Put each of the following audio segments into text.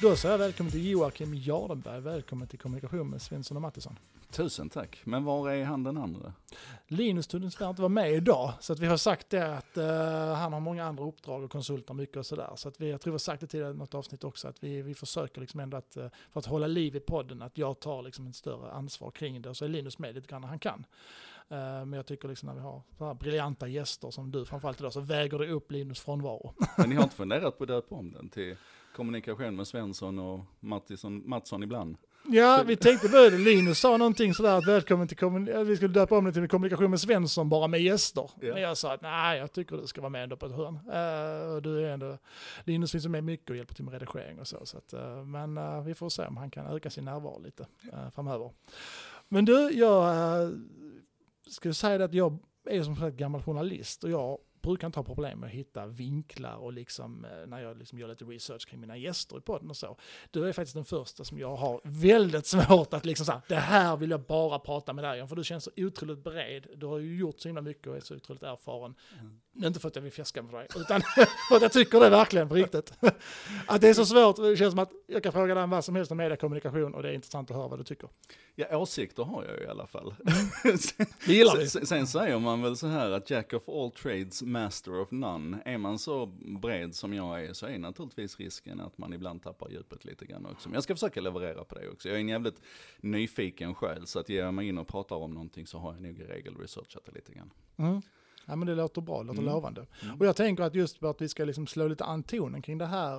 Då säger jag välkommen till Joakim Jardenberg. Välkommen till Kommunikation med Svensson och Mattisson. Tusen tack. Men var är han den andra? Linus tog tyvärr inte vara med idag. Så att vi har sagt det att han har många andra uppdrag och konsulter mycket och sådär. Så att jag tror vi har sagt det till något avsnitt också. Att vi försöker liksom ändå att, för att hålla liv i podden, att jag tar liksom en större ansvar kring det. Och så är Linus med lite grann när han kan. Men jag tycker liksom när vi har så här briljanta gäster som du framförallt idag, så väger det upp Linus frånvaro. Men ni har inte funderat på att döpa om den till Kommunikation med Svensson och Mattsson ibland? Ja, vi tänkte börja. Linus sa någonting sådär att välkommen till vi skulle döpa om det till Kommunikation med Svensson bara med gäster. Ja. Men jag sa att nej, jag tycker du ska vara med ändå på ett hörn. Du är ändå, Linus finns med mycket och hjälper till med redigering och så att, men vi får se om han kan öka sin närvaro lite framöver. Men du, jag ska säga det att jag är som sagt gammal journalist och jag brukar inte ha problem med att hitta vinklar och liksom, när jag liksom gör lite research kring mina gäster i podden och så. Du är faktiskt den första som jag har väldigt svårt att liksom säga, det här vill jag bara prata med dig om, för du känns så otroligt bred. Du har ju gjort så himla mycket och är så otroligt erfaren. Inte för att jag vill fjäska med dig, utan för att jag tycker det verkligen på riktigt. Att det är så svårt, det känns som att jag kan fråga dig om vad som helst om mediekommunikation och det är intressant att höra vad du tycker. Ja, åsikter har jag i alla fall. Det gillar vi. Sen säger man väl så här att Jack of all trades, master of none. Är man så bred som jag är så är naturligtvis risken att man ibland tappar djupet lite grann också. Men jag ska försöka leverera på det också. Jag är en jävligt nyfiken själ, så att ger jag mig in och pratar om någonting så har jag nog i regel researchat det lite grann. Mm. Ja, men det låter bra, det låter lovande. Och jag tänker att just för att vi ska liksom slå lite antonen kring det här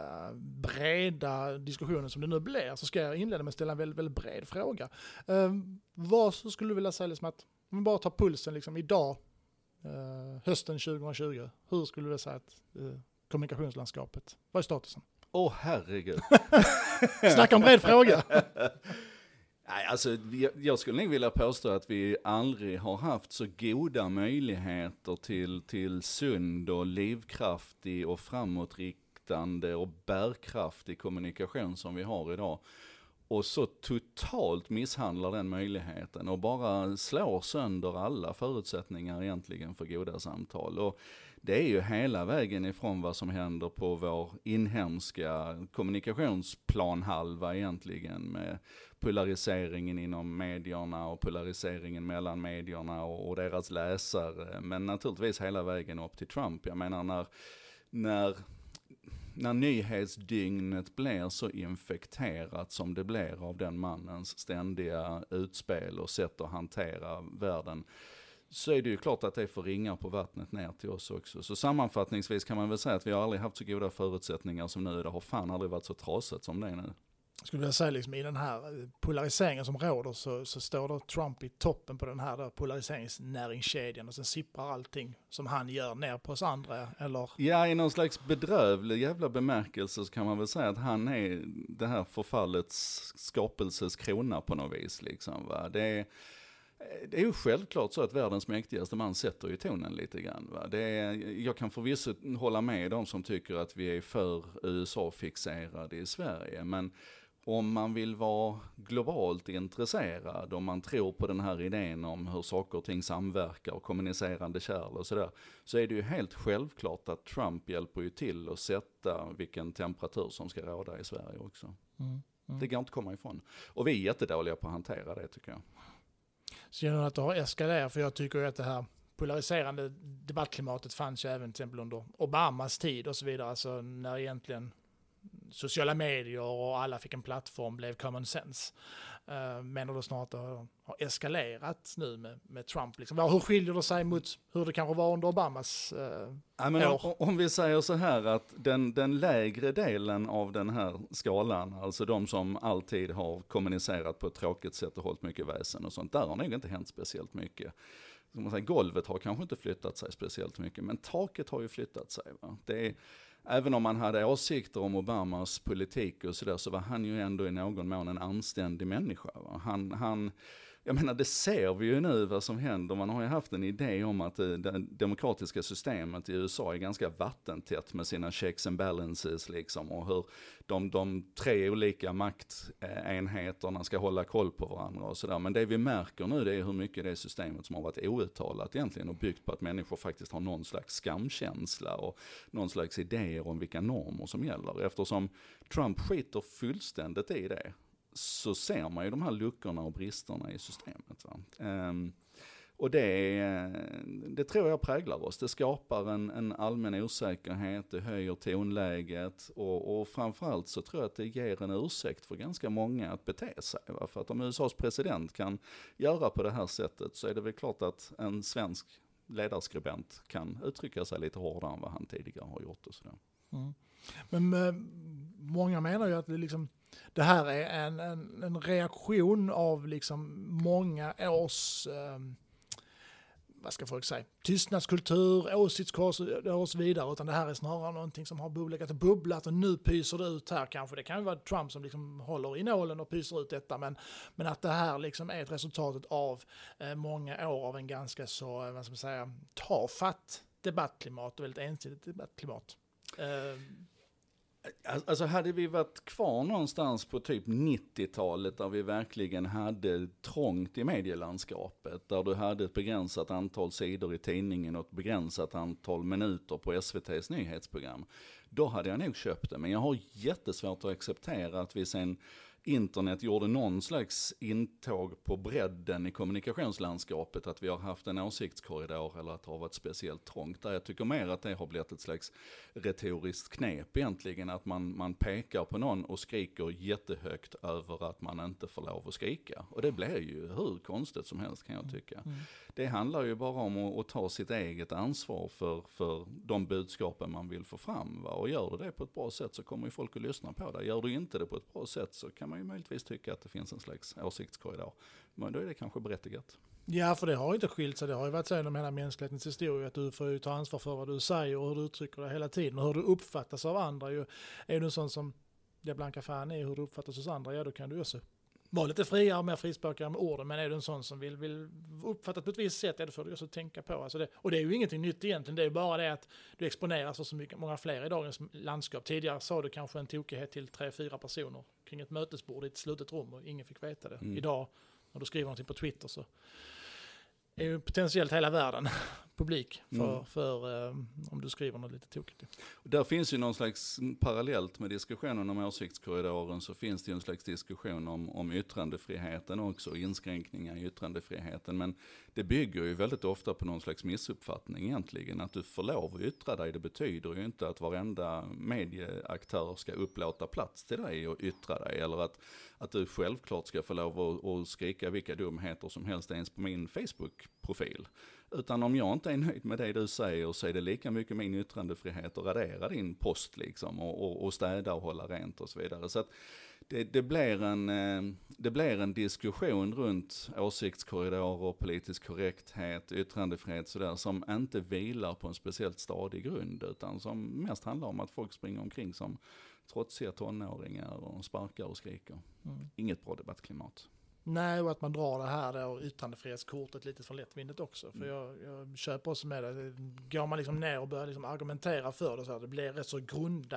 breda diskussionen som det nu blir, så ska jag inleda med att ställa en väldigt, väldigt bred fråga. Vad så skulle du vilja säga liksom att, om vi bara tar pulsen liksom idag, hösten 2020, hur skulle du vilja säga att kommunikationslandskapet, vad är statusen? Åh herregud. Snacka om bred fråga. Nej, alltså jag skulle nog vilja påstå att vi aldrig har haft så goda möjligheter till sund och livskraftig och framåtriktande och bärkraftig kommunikation som vi har idag. Och så totalt misshandlar den möjligheten och bara slår sönder alla förutsättningar egentligen för goda samtal. Och det är ju hela vägen ifrån vad som händer på vår inhemska kommunikationsplanhalva egentligen, med polariseringen inom medierna och polariseringen mellan medierna och deras läsare. Men naturligtvis hela vägen upp till Trump. Jag menar när nyhetsdygnet blir så infekterat som det blir av den mannens ständiga utspel och sätt att hantera världen, så är det ju klart att det får ringa på vattnet ner till oss också. Så sammanfattningsvis kan man väl säga att vi har aldrig haft så goda förutsättningar som nu. Det har fan aldrig varit så trasigt som det är nu. Jag skulle vilja säga liksom, i den här polariseringen som råder så står då Trump i toppen på den här polariseringsnäringskedjan och sen sipprar allting som han gör ner på oss andra, eller? Ja, i någon slags bedrövlig jävla bemärkelse så kan man väl säga att han är det här förfallets skapelses krona på något vis liksom, va? Det är ju självklart så att världens mäktigaste man sätter ju tonen lite grann. Va? Jag kan förvisso hålla med de som tycker att vi är för USA-fixerade i Sverige, men om man vill vara globalt intresserad, om man tror på den här idén om hur saker och ting samverkar och kommunicerande kärl och sådär, så är det ju helt självklart att Trump hjälper ju till att sätta vilken temperatur som ska råda i Sverige också. Det går inte att komma ifrån. Och vi är jättedåliga på att hantera det, tycker jag. Så genom att det har eskalerat, för jag tycker ju att det här polariserande debattklimatet fanns ju även till exempel under Obamas tid och så vidare, alltså när egentligen sociala medier och alla fick en plattform blev common sense. Men då snart att det har eskalerat nu med Trump. Liksom. Hur skiljer det sig mot hur det kanske var under Obamas år? Om vi säger så här att den lägre delen av den här skalan, alltså de som alltid har kommunicerat på ett tråkigt sätt och hållit mycket väsen och sånt, där har nog inte hänt speciellt mycket. Som man säger, golvet har kanske inte flyttat sig speciellt mycket, men taket har ju flyttat sig. Va? Även om man hade åsikter om Obamas politik och sådär, så var han ju ändå i någon mån en anständig människa. Va? jag menar, det ser vi ju nu vad som händer. Man har ju haft en idé om att det demokratiska systemet i USA är ganska vattentätt med sina checks and balances liksom, och hur de 3 olika maktenheterna ska hålla koll på varandra och sådär. Men det vi märker nu, det är hur mycket det systemet som har varit outtalat egentligen och byggt på att människor faktiskt har någon slags skamkänsla och någon slags idéer om vilka normer som gäller. Eftersom Trump skiter fullständigt i det, så ser man ju de här luckorna och bristerna i systemet. Va? Och det tror jag präglar oss. Det skapar en allmän osäkerhet, det höjer tonläget och framförallt så tror jag att det ger en ursäkt för ganska många att bete sig. Va? För att om USAs president kan göra på det här sättet så är det väl klart att en svensk ledarskribent kan uttrycka sig lite hårdare än vad han tidigare har gjort. Och sådär. Mm. Men många menar ju att det här är en reaktion av liksom många års, vad ska folk säga, tystnadskultur, åsiktskors och så vidare, utan det här är snarare någonting som har bubblat och nu pyser det ut här kanske. Det kan ju vara Trump som liksom håller i nålen och pyser ut detta, men att det här liksom är ett resultat av många år av en ganska så, vad ska man säga, tafatt debattklimat och väldigt ensidigt debattklimat. Alltså hade vi varit kvar någonstans på typ 90-talet där vi verkligen hade trångt i medielandskapet, där du hade ett begränsat antal sidor i tidningen och ett begränsat antal minuter på SVT:s nyhetsprogram, då hade jag nog köpt det. Men jag har jättesvårt att acceptera att vi sen internet gjorde någon slags intåg på bredden i kommunikationslandskapet, att vi har haft en åsiktskorridor eller att det har varit speciellt trångt. Där jag tycker mer att det har blivit ett slags retoriskt knep egentligen, att man pekar på någon och skriker jättehögt över att man inte får lov att skrika. Och det blir ju hur konstigt som helst kan jag tycka. Det handlar ju bara om att ta sitt eget ansvar för de budskapen man vill få fram. Va? Och gör du det på ett bra sätt så kommer ju folk att lyssna på det. Gör du inte det på ett bra sätt så kan man ju möjligtvis tycka att det finns en slags åsiktskorridor. Men då är det kanske berättigat. Ja, för det har inte skilt sig. Det har ju varit så genom hela mänsklighetens historia att du får ju ta ansvar för vad du säger och hur du uttrycker det hela tiden. Och hur du uppfattas av andra. Är du en sån som det blanka fan är hur du uppfattas hos andra, ja då kan du också vara lite friare och mer frispråkigare med orden. Men är du en sån som vill uppfattas på ett visst sätt, ja då får du också tänka på. Alltså det, och det är ju ingenting nytt egentligen. Det är ju bara det att du exponeras för så många fler i dagens landskap. Tidigare sa du kanske en tokighet till 3-4 personer kring ett mötesbord i ett slutet rum och ingen fick veta det. Idag när du skriver någonting på Twitter så är ju potentiellt hela världen publik för om du skriver något lite tokigt. Där finns ju någon slags parallellt med diskussionen om åsiktskorridoren, så finns det ju en slags diskussion om yttrandefriheten också, inskränkningar i yttrandefriheten. Men det bygger ju väldigt ofta på någon slags missuppfattning egentligen. Att du får lov att yttra dig, det betyder ju inte att varenda medieaktör ska upplåta plats till dig och yttra dig. Eller att du självklart ska få lov att skrika vilka dumheter som helst ens på min Facebook-profil. Utan om jag inte är nöjd med det du säger så är det lika mycket min yttrandefrihet att radera din post liksom och städa och hålla rent och så vidare. Så att det blir en diskussion runt åsiktskorridorer och politisk korrekthet, yttrandefrihet sådär, som inte vilar på en speciellt stadig grund utan som mest handlar om att folk springer omkring som trotsiga tonåringar och sparkar och skriker. Inget bra debattklimat. Nej, och att man drar det här då, yttrandefrihetskortet lite för lättvindigt också. För jag köper också med det. Går man liksom ner och börjar liksom argumentera för det så här, det blir rätt så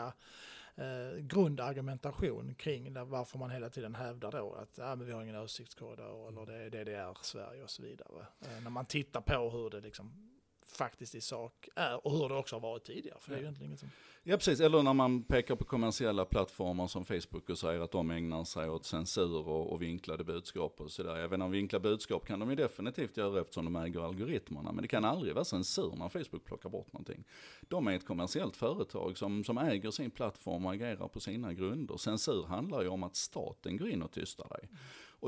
grundargumentation kring varför man hela tiden hävdar då att men vi har ingen åsiktskorridor eller det är DDR, Sverige och så vidare. När man tittar på hur det liksom faktiskt i sak är och hur det också har varit tidigare. För det är ju egentligen inget som... Ja, precis. Eller när man pekar på kommersiella plattformar som Facebook och säger att de ägnar sig åt censur och vinklade budskap och sådär. Jag vet inte, vinklade budskap kan de ju definitivt göra eftersom de äger algoritmerna. Men det kan aldrig vara censur när Facebook plockar bort någonting. De är ett kommersiellt företag som äger sin plattform och agerar på sina grunder. Censur handlar ju om att staten går in och tystar dig. Och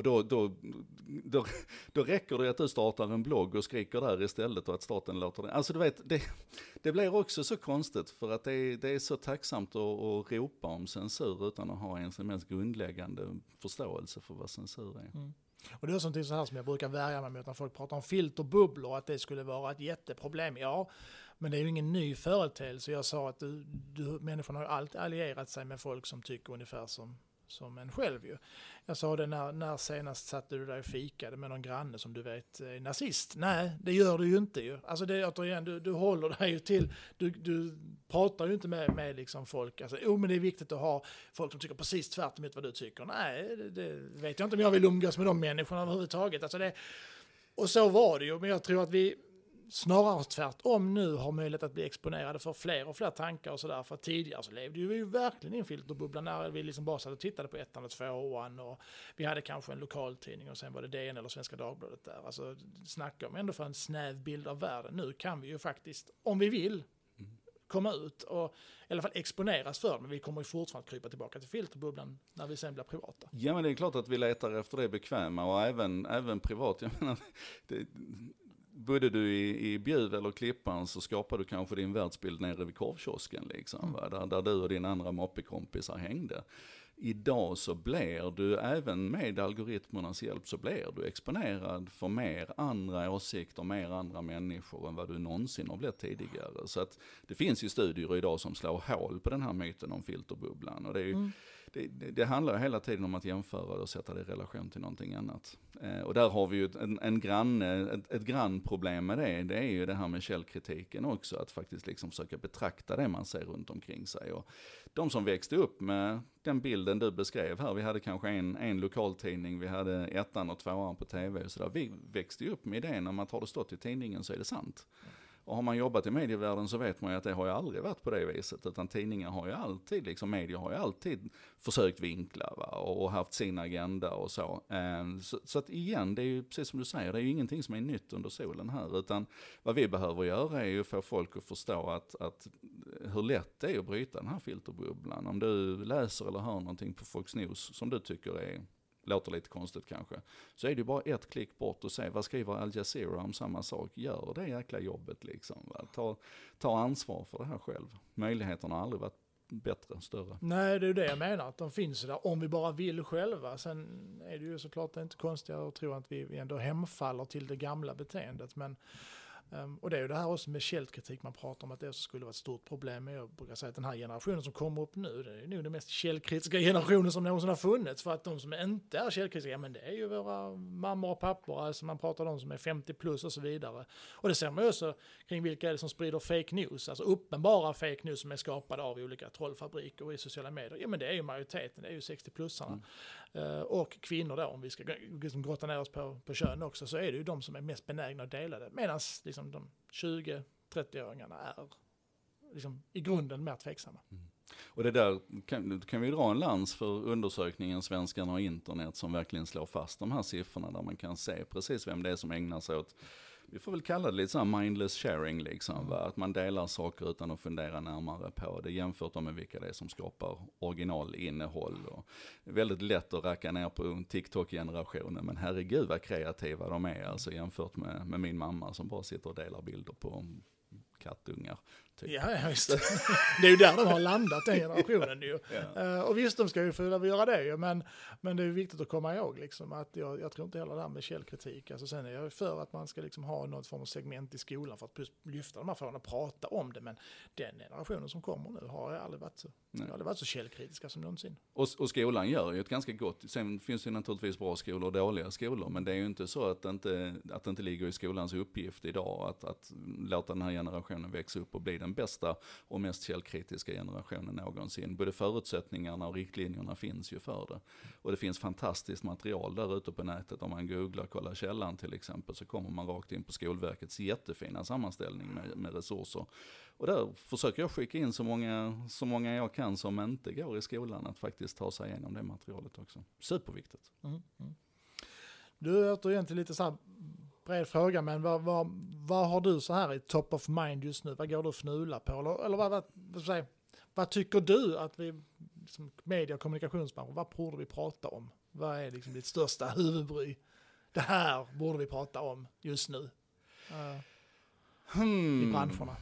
då räcker det att du startar en blogg och skriker där istället och att staten låter det. Alltså du vet, det blir också så konstigt för att det är så tacksamt att ropa om censur utan att ha ens en mest grundläggande förståelse för vad censur är. Och det är sånt så här som jag brukar värja mig mot när folk pratar om filterbubblor, att det skulle vara ett jätteproblem. Ja, men det är ju ingen ny företeelse. Jag sa att människorna har ju alltid allierat sig med folk som tycker ungefär som som en själv ju. Jag sa det när senast satte du där och fikade med någon granne som du vet är nazist. Nej, det gör du ju inte ju. Alltså det är återigen, du håller dig ju till, du pratar ju inte med liksom folk. Alltså, men det är viktigt att ha folk som tycker precis tvärt emot vad du tycker. Nej, det vet jag inte om jag vill umgås med de människorna överhuvudtaget. Alltså och så var det ju, men jag tror att vi snarare tvärtom nu har möjlighet att bli exponerade för fler och fler tankar och sådär. För tidigare så levde vi ju verkligen i en filterbubbla när vi liksom bara satt och tittade på 1:an och 2:an och vi hade kanske en lokaltidning och sen var det DN eller Svenska Dagbladet där. Alltså snacka om ändå för en snäv bild av världen. Nu kan vi ju faktiskt, om vi vill, komma ut och i alla fall exponeras för, men vi kommer ju fortfarande krypa tillbaka till filterbubblan när vi sen blir privata. Ja, men det är klart att vi letar efter det bekväma och även privat. Jag menar, bodde du i Bjuv eller Klippan så skapade du kanske din världsbild nere vid korvkiosken liksom, där du och din andra moppekompisar hängde. Idag så blir du, även med algoritmernas hjälp, så blir du exponerad för mer andra åsikter, mer andra människor än vad du någonsin har blivit tidigare. Så att det finns ju studier idag som slår hål på den här myten om filterbubblan. Och det är ju, det handlar hela tiden om att jämföra och sätta det i relation till någonting annat. Och där har vi ju ett grannproblem med det. Det är ju det här med källkritiken också. Att faktiskt liksom försöka betrakta det man ser runt omkring sig. Och de som växte upp med den bilden du beskrev här. Vi hade kanske en lokaltidning. Vi hade 1:an och 2:an på tv. Och så där. Vi växte ju upp med idén om att har det stått i tidningen så är det sant. Och har man jobbat i medievärlden så vet man ju att det har ju aldrig varit på det viset. Utan tidningar har ju alltid, liksom media har ju alltid försökt vinkla, va? Och haft sin agenda och så. Så att igen, det är ju precis som du säger, det är ju ingenting som är nytt under solen här. Utan vad vi behöver göra är ju få folk att förstå att hur lätt det är att bryta den här filterbubblan. Om du läser eller hör någonting på Fox News som du tycker låter lite konstigt kanske, så är det ju bara ett klick bort och se vad skriver Al Jazeera om samma sak. Gör det jäkla jobbet liksom. Va? Ta ansvar för det här själv. Möjligheterna har aldrig varit bättre, större. Nej, det är ju det jag menar, att de finns där om vi bara vill själva. Sen är det ju såklart det är inte konstigt att tro att vi ändå hemfaller till det gamla beteendet, men och det är ju det här också med källkritik man pratar om, att det skulle vara ett stort problem. Jag brukar säga att den här generationen som kommer upp nu, det är nog den mest källkritiska generationen som någonsin har funnits. För att de som inte är källkritiska, men det är ju våra mammor och pappor, alltså man pratar om de som är 50 plus och så vidare. Och det ser man ju också kring vilka är det som sprider fake news, alltså uppenbara fake news som är skapade av olika trollfabriker och i sociala medier. Ja, men det är ju majoriteten, det är ju 60-plussarna. Och kvinnor då, om vi ska liksom grotta ner oss på kön också, så är det ju de som är mest benägna att dela det. Medan liksom de 20-30-åringarna är liksom i grunden mer tveksamma. Och det där kan vi dra en lans för undersökningen Svenskarna och internet som verkligen slår fast de här siffrorna, där man kan se precis vem det är som ägnar sig åt, vi får väl kalla det lite så här mindless sharing liksom, va? Att man delar saker utan att fundera närmare på det, jämfört med vilka det är som skapar originalinnehåll. Och det är väldigt lätt att racka ner på TikTok-generationen, men herregud vad kreativa de är, alltså jämfört med min mamma som bara sitter och delar bilder på kattungar. Typ. Ja, just det. Det är ju där de har landat, den generationen ju. Ja. Och visst, de ska ju få göra det ju, men det är viktigt att komma ihåg liksom, att jag tror inte heller det här med källkritik. Alltså, sen är jag för att man ska liksom ha något form av segment i skolan för att lyfta de här frågorna och prata om det, men den generationen som kommer nu har aldrig varit så källkritiska som någonsin. Och skolan gör ju ett ganska gott, sen finns det naturligtvis bra skolor och dåliga skolor, men det är ju inte så att det inte ligger i skolans uppgift idag att låta den här generationen växa upp och bli den bästa och mest källkritiska generationen någonsin. Både förutsättningarna och riktlinjerna finns ju för det. Och det finns fantastiskt material där ute på nätet. Om man googlar, kollar källan till exempel, så kommer man rakt in på Skolverkets jättefina sammanställning med resurser. Och där försöker jag skicka in så många jag kan som inte går i skolan att faktiskt ta sig igenom det materialet också. Superviktigt. Du återigen till lite så här bred fråga, men vad har du så här i top of mind just nu? Vad går du att fnula på? Eller vad tycker du att vi, liksom media- och kommunikationsbranschen, vad borde vi prata om? Vad är liksom ditt största huvudbry? Det här borde vi prata om just nu i branscherna.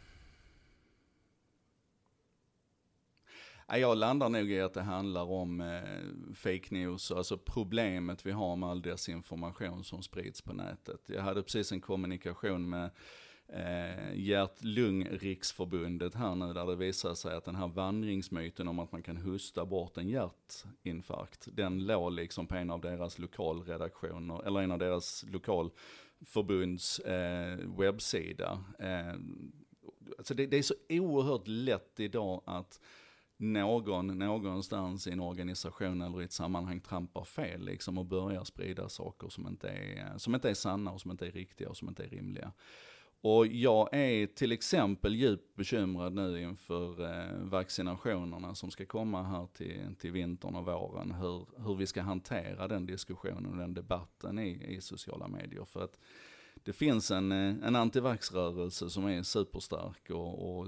Jag landar nog i att det handlar om fake news, alltså problemet vi har med all desinformation som sprids på nätet. Jag hade precis en kommunikation med Hjärt-Lung-riksförbundet här nu, där det visar sig att den här vandringsmyten om att man kan hosta bort en hjärtinfarkt, den låg liksom på en av deras lokalredaktioner, eller en av deras lokalförbunds webbsida. Alltså det är så oerhört lätt idag att någon någonstans i en organisation eller i ett sammanhang trampar fel liksom, och börjar sprida saker som inte är sanna och som inte är riktiga och som inte är rimliga. Och jag är till exempel djupt bekymrad nu inför vaccinationerna som ska komma här till vintern och våren. Hur vi ska hantera den diskussionen och den debatten i sociala medier. För att det finns en antivaxrörelse som är superstark och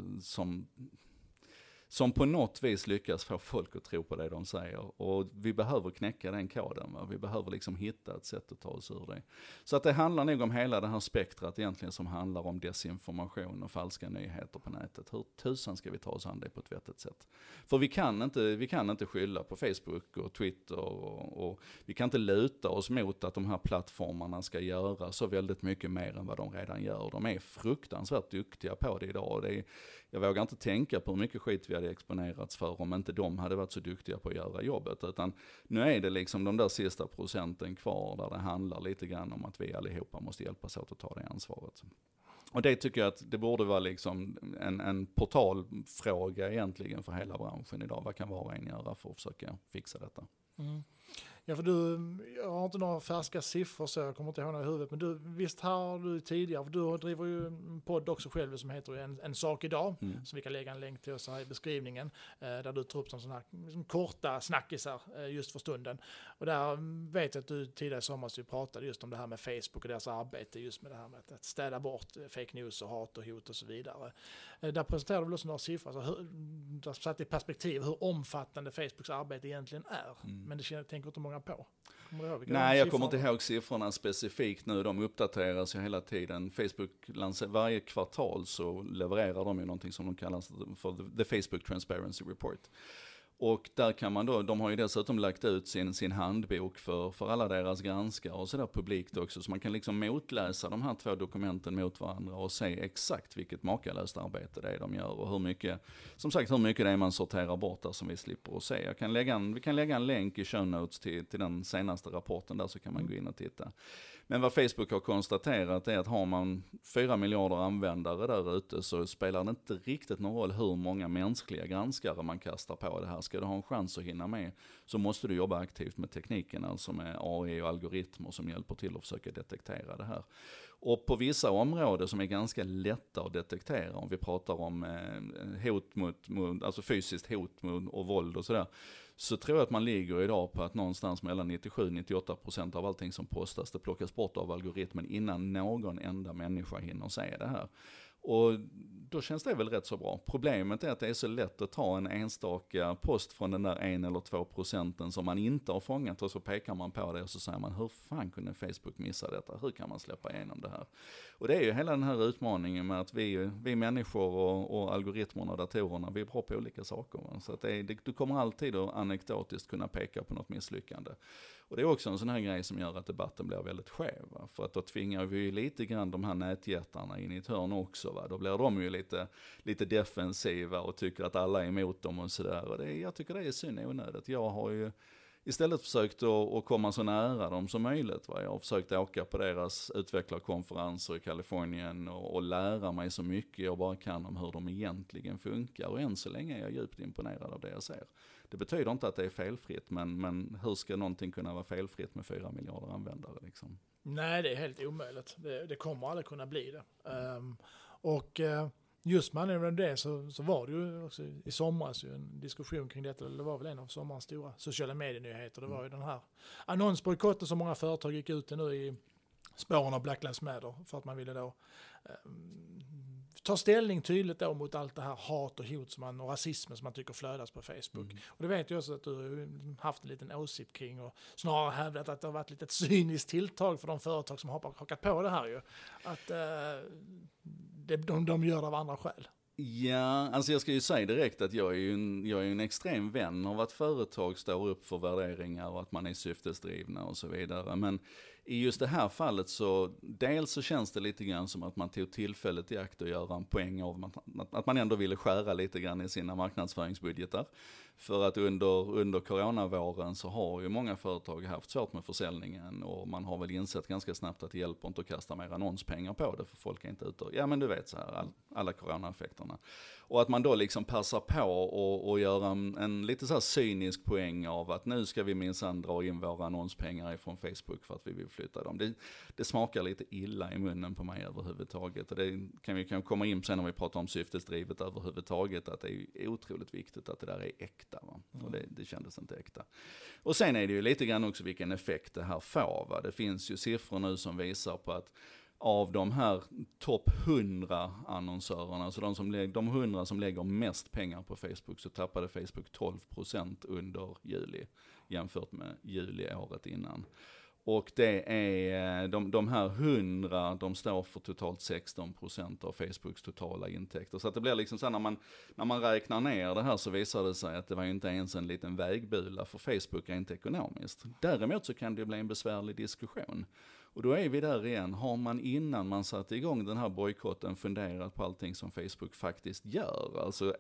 som på något vis lyckas få folk att tro på det de säger. Och vi behöver knäcka den koden. Va? Vi behöver liksom hitta ett sätt att ta oss ur det. Så att det handlar nog om hela det här spektrat egentligen, som handlar om desinformation och falska nyheter på nätet. Hur tusan ska vi ta oss an det på ett vettigt sätt? För vi kan inte skylla på Facebook och Twitter och vi kan inte luta oss mot att de här plattformarna ska göra så väldigt mycket mer än vad de redan gör. De är fruktansvärt duktiga på det idag. Jag vågar inte tänka på hur mycket skit vi hade exponerats för om inte de hade varit så duktiga på att göra jobbet. Utan nu är det liksom de där sista procenten kvar där det handlar lite grann om att vi allihopa måste hjälpas åt att ta det ansvaret. Och det tycker jag att det borde vara liksom en portalfråga egentligen för hela branschen idag. Vad kan var och en göra för att försöka fixa detta? Mm. Ja, för jag har inte några färska siffror så jag kommer inte ihåg några i huvudet, men visst har du tidigare, för du driver ju en podd också själv som heter en sak idag, som vi kan lägga en länk till oss här i beskrivningen, där du tar upp sådana här liksom korta snackisar just för stunden. Och där vet jag att du tidigare i sommar pratade just om det här med Facebook och deras arbete just med det här med att städa bort fake news och hat och hot och så vidare. Där presenterar du väl också några siffror, alltså satt i perspektiv hur omfattande Facebooks arbete egentligen är. Men det tänker inte många på. Nej, jag kommer inte ihåg siffrorna specifikt nu. De uppdateras ju hela tiden. Facebook varje kvartal så levererar de ju någonting som de kallar för The Facebook Transparency Report. Och där kan man då, de har ju dessutom lagt ut sin handbok för alla deras granskare och sådär publikt också. Så man kan liksom motläsa de här två dokumenten mot varandra och se exakt vilket makalöst arbete det är de gör. Och hur mycket det är man sorterar bort där som vi slipper att se. Vi kan lägga en länk i show notes till den senaste rapporten där, så kan man gå in och titta. Men vad Facebook har konstaterat är att har man 4 miljarder användare där ute så spelar det inte riktigt någon roll hur många mänskliga granskare man kastar på det här. Ska du ha en chans att hinna med så måste du jobba aktivt med tekniken, alltså med AI och algoritmer som hjälper till att försöka detektera det här. Och på vissa områden som är ganska lätta att detektera, om vi pratar om hot mot alltså fysiskt hot och våld och sådär, så tror jag att man ligger idag på att någonstans mellan 97-98% av allting som postas, det plockas bort av algoritmen innan någon enda människa hinner se det här. Och då känns det väl rätt så bra. Problemet är att det är så lätt att ta en enstaka post från den där 1 eller 2% som man inte har fångat, och så pekar man på det och så säger man, hur fan kunde Facebook missa detta? Hur kan man släppa igenom det här? Och det är ju hela den här utmaningen med att vi människor och algoritmerna och datorerna, vi är bra på olika saker. Va? Så att du kommer alltid att anekdotiskt kunna peka på något misslyckande. Och det är också en sån här grej som gör att debatten blir väldigt skev. Va? För att då tvingar vi ju lite grann de här nätjättarna in i ett hörn också. Va? Då blir de ju lite defensiva och tycker att alla är emot dem och sådär. Och jag tycker det är synd och onödigt. Jag har ju istället försökt att komma så nära dem som möjligt. Va? Jag har försökt åka på deras utvecklarkonferenser i Kalifornien och lära mig så mycket jag bara kan om hur de egentligen funkar. Och än så länge är jag djupt imponerad av det jag ser. Det betyder inte att det är felfritt, men hur ska någonting kunna vara felfritt med 4 miljarder användare liksom? Nej, det är helt omöjligt. Det kommer aldrig kunna bli det. Just med anledning av det så var det ju också i somras en diskussion kring detta. Det var väl en av sommarens stora sociala medienyheter. Det var ju den här annonsbojkotten som många företag gick ut i nu i spåren av Black Lives Matter, för att man ville då ta ställning tydligt då mot allt det här hat och hot och rasismen som man tycker flödas på Facebook. Och det vet jag också att du har haft en liten åsikt kring och snarare hävdat att det har varit lite ett cyniskt tilltag för de företag som har hakat på det här ju. Att de gör det av andra skäl. Ja, alltså jag ska ju säga direkt att jag är en extrem vän av att företag står upp för värderingar och att man är syftesdrivna och så vidare. Men i just det här fallet så, dels så känns det lite grann som att man tog tillfället i akt och göra en poäng av att man ändå ville skära lite grann i sina marknadsföringsbudgetar. För att under coronavåren så har ju många företag haft svårt med försäljningen och man har väl insett ganska snabbt att det hjälper inte att kasta mer annonspengar på det för folk är inte ute. Ja men du vet så här, alla coronaeffekterna. Och att man då liksom passar på och gör en lite så här cynisk poäng av att nu ska vi minsann dra in våra annonspengar ifrån Facebook för att vi vill flytta dem. Det smakar lite illa i munnen på mig överhuvudtaget. Och det kan vi komma in sen när vi pratar om syftesdrivet överhuvudtaget, att det är otroligt viktigt att det där är äkta. Va? Och det kändes inte äkta. Och sen är det ju lite grann också vilken effekt det här får. Va? Det finns ju siffror nu som visar på att av de här topp 100 annonsörerna, alltså de 100 som lägger mest pengar på Facebook, så tappade Facebook 12% under juli jämfört med juli året innan. Och det är, de här 100, de står för totalt 16% av Facebooks totala intäkter. Så att det blir liksom så här, när man räknar ner det här så visar det sig att det var ju inte ens en liten vägbula för Facebook rent ekonomiskt. Däremot så kan det ju bli en besvärlig diskussion. Och då är vi där igen, har man innan man satte igång den här bojkotten funderat på allting som Facebook faktiskt gör? Alltså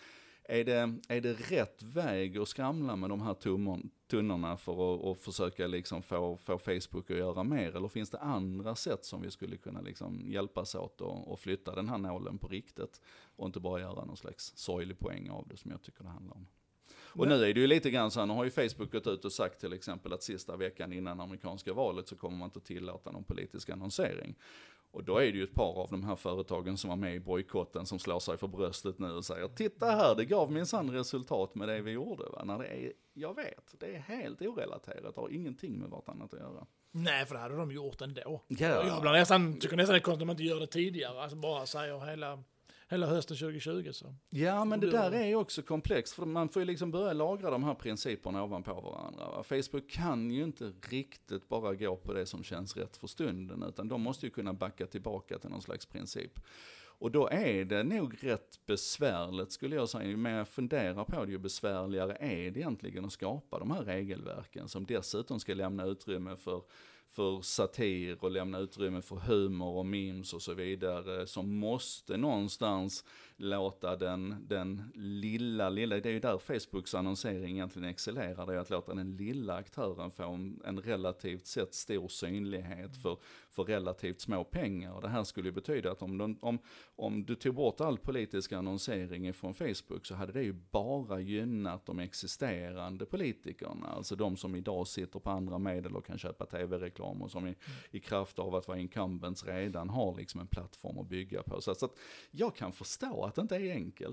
är det rätt väg att skramla med de här tunnorna för att försöka liksom få Facebook att göra mer? Eller finns det andra sätt som vi skulle kunna liksom hjälpas åt och flytta den här nålen på riktigt? Och inte bara göra någon slags sorglig poäng av det som jag tycker det handlar om. Och nu är det ju lite grann så här, nu har ju Facebook gått ut och sagt till exempel att sista veckan innan amerikanska valet så kommer man inte tillåta någon politisk annonsering. Och då är det ju ett par av de här företagen som var med i bojkotten som slår sig för bröstet nu och säger titta här, det gav minsann resultat med det vi gjorde. Va? När det är, jag vet, det är helt orelaterat, det har ingenting med vartannat att göra. Nej, för det hade de gjort ändå. Ja. Jag tycker nästan det är konstigt att de inte gör det tidigare, alltså bara säger hela hösten 2020 så. Ja, men det där är ju också komplext, för man får ju liksom börja lagra de här principerna ovanpå varandra. Va? Facebook kan ju inte riktigt bara gå på det som känns rätt för stunden, utan de måste ju kunna backa tillbaka till någon slags princip. Och då är det nog rätt besvärligt skulle jag säga, ju mer jag funderar på det ju besvärligare är det egentligen att skapa de här regelverken som dessutom ska lämna utrymme för satir och lämna utrymme för humor och memes och så vidare, som måste någonstans låta den lilla, det är ju där Facebooks annonsering egentligen excellerar, det är att låta den lilla aktören få en relativt sett stor synlighet för relativt små pengar. Och det här skulle ju betyda att om du tog bort all politisk annonsering från Facebook så hade det ju bara gynnat de existerande politikerna, alltså de som idag sitter på andra medel och kan köpa tv-reklam och som i kraft av att vara incumbents redan har liksom en plattform att bygga på. Så att jag kan förstå att det inte är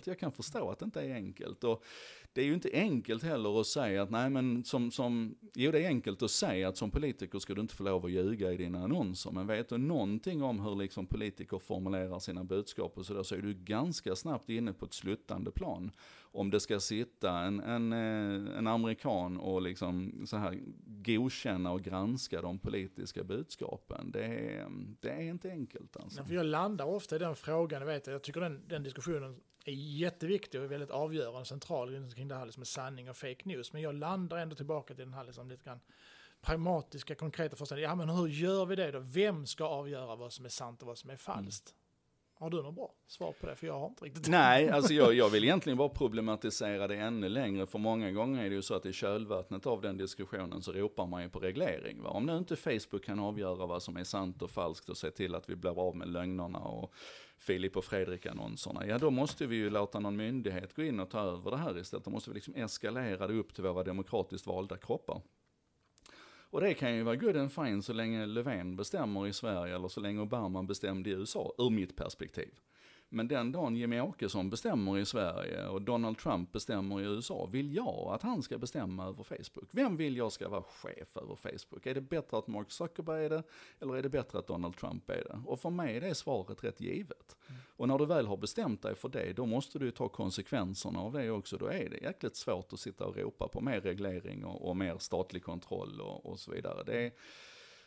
enkelt. Och det är ju inte enkelt heller att säga att nej men det är enkelt att säga att som politiker ska du inte få lov att ljuga i dina annonser, men vet du någonting om hur liksom politiker formulerar sina budskap och så är du ganska snabbt inne på ett sluttande plan. Om det ska sitta en amerikan och liksom så här godkänna och granska de politiska budskapen, det är inte enkelt alltså. Ja, för jag landar ofta i den frågan, jag tycker den diskussionen är jätteviktig och väldigt avgörande central kring det här liksom med sanning och fake news, men jag landar ändå tillbaka till den här liksom lite grann pragmatiska, konkreta förstånd. Ja, men hur gör vi det då? Vem ska avgöra vad som är sant och vad som är falskt? Har du något bra svar på det? För jag har inte riktigt. Nej, alltså jag vill egentligen bara problematisera det ännu längre. För många gånger är det ju så att i kölvattnet av den diskussionen så ropar man ju på reglering. Va? Om nu inte Facebook kan avgöra vad som är sant och falskt och se till att vi blir av med lögnerna och Filip och Fredrik-annonserna, ja då måste vi ju låta någon myndighet gå in och ta över det här istället. Då måste vi liksom eskalera det upp till våra demokratiskt valda kroppar. Och det kan ju vara good and fine så länge Löfven bestämmer i Sverige eller så länge Obama bestämde i USA, ur mitt perspektiv. Men den dagen Jimmy Åkesson bestämmer i Sverige och Donald Trump bestämmer i USA, vill jag att han ska bestämma över Facebook? Vem vill jag ska vara chef över Facebook? Är det bättre att Mark Zuckerberg är det eller är det bättre att Donald Trump är det? Och för mig är det svaret rätt givet. Och när du väl har bestämt dig för det, då måste du ta konsekvenserna av det också. Då är det jäkligt svårt att sitta och ropa på mer reglering och mer statlig kontroll och så vidare.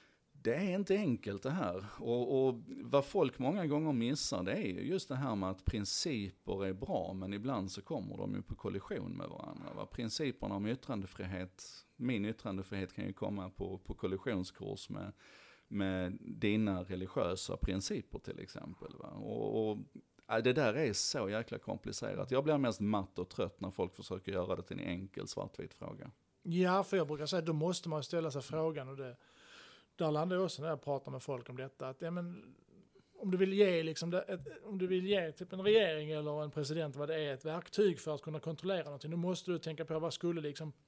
Det är inte enkelt det här. Och vad folk många gånger missar, det är ju just det här med att principer är bra, men ibland så kommer de ju på kollision med varandra. Va? Principerna om yttrandefrihet, min yttrandefrihet kan ju komma på kollisionskurs med dina religiösa principer till exempel. Va? Och det där är så jäkla komplicerat. Jag blir mest matt och trött när folk försöker göra det till en enkel svartvit fråga. Ja, för jag brukar säga att då måste man ställa sig frågan, och där landar jag också när jag pratar med folk om detta, att om du vill ge om du vill ge typ en regering eller en president vad det är, ett verktyg för att kunna kontrollera någonting, då måste du tänka på vad skulle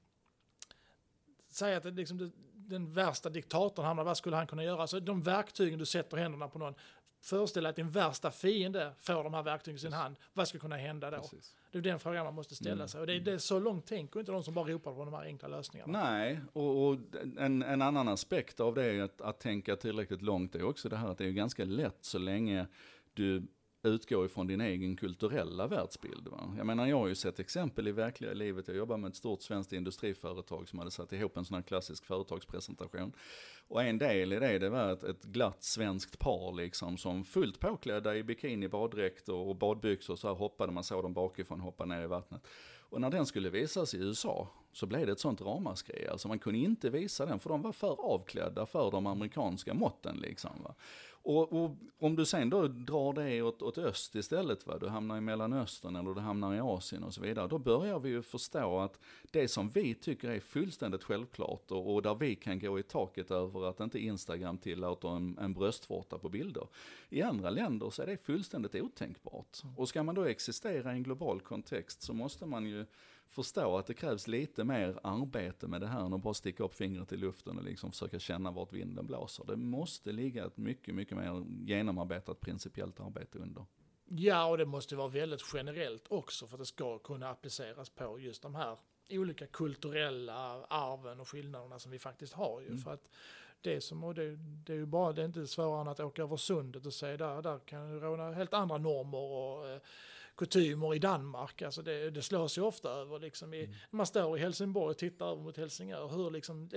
säga att den värsta diktatorn hamnar, vad skulle han kunna göra? Alltså de verktygen du sätter händerna på någon, föreställ dig att din värsta fiende får de här verktygen i sin hand. Vad ska kunna hända då? Precis. Det är den frågan man måste ställa sig. Och det är så långt tänk och inte de som bara ropar på de här enkla lösningarna. Nej, och en annan aspekt av det är att tänka tillräckligt långt är också det här att det är ganska lätt så länge du utgår ifrån din egen kulturella världsbild. Va? Jag menar, jag har ju sett exempel i verkliga livet. Jag jobbar med ett stort svenskt industriföretag som hade satt ihop en sån här klassisk företagspresentation. Och en del i det var ett glatt svenskt par liksom, som fullt påklädda i bikini, baddräkt och badbyxor, så här hoppade, man såg dem bakifrån hoppa ner i vattnet. Och när den skulle visas i USA så blev det ett sånt ramaskri. Alltså man kunde inte visa den för de var för avklädda för de amerikanska måtten liksom, va. Och om du sen då drar det åt öst istället, va? Du hamnar i Mellanöstern eller du hamnar i Asien och så vidare, då börjar vi ju förstå att det som vi tycker är fullständigt självklart och där vi kan gå i taket över att inte Instagram tillåter en bröstvårta på bilder. I andra länder så är det fullständigt otänkbart. Och ska man då existera i en global kontext så måste man ju förstå att det krävs lite mer arbete med det här än att bara sticka upp fingret i luften och liksom försöka känna vart vinden blåser. Det måste ligga ett mycket, mycket mer genomarbetat principiellt arbete under. Ja, och det måste vara väldigt generellt också för att det ska kunna appliceras på just de här olika kulturella arven och skillnaderna som vi faktiskt har ju. För att det är ju bara, det är inte svårare än att åka över sundet och säga där kan det råda helt andra normer och kutymer i Danmark. Alltså det slås ju ofta över liksom när man står i Helsingborg och tittar över mot Helsingör. Hur liksom,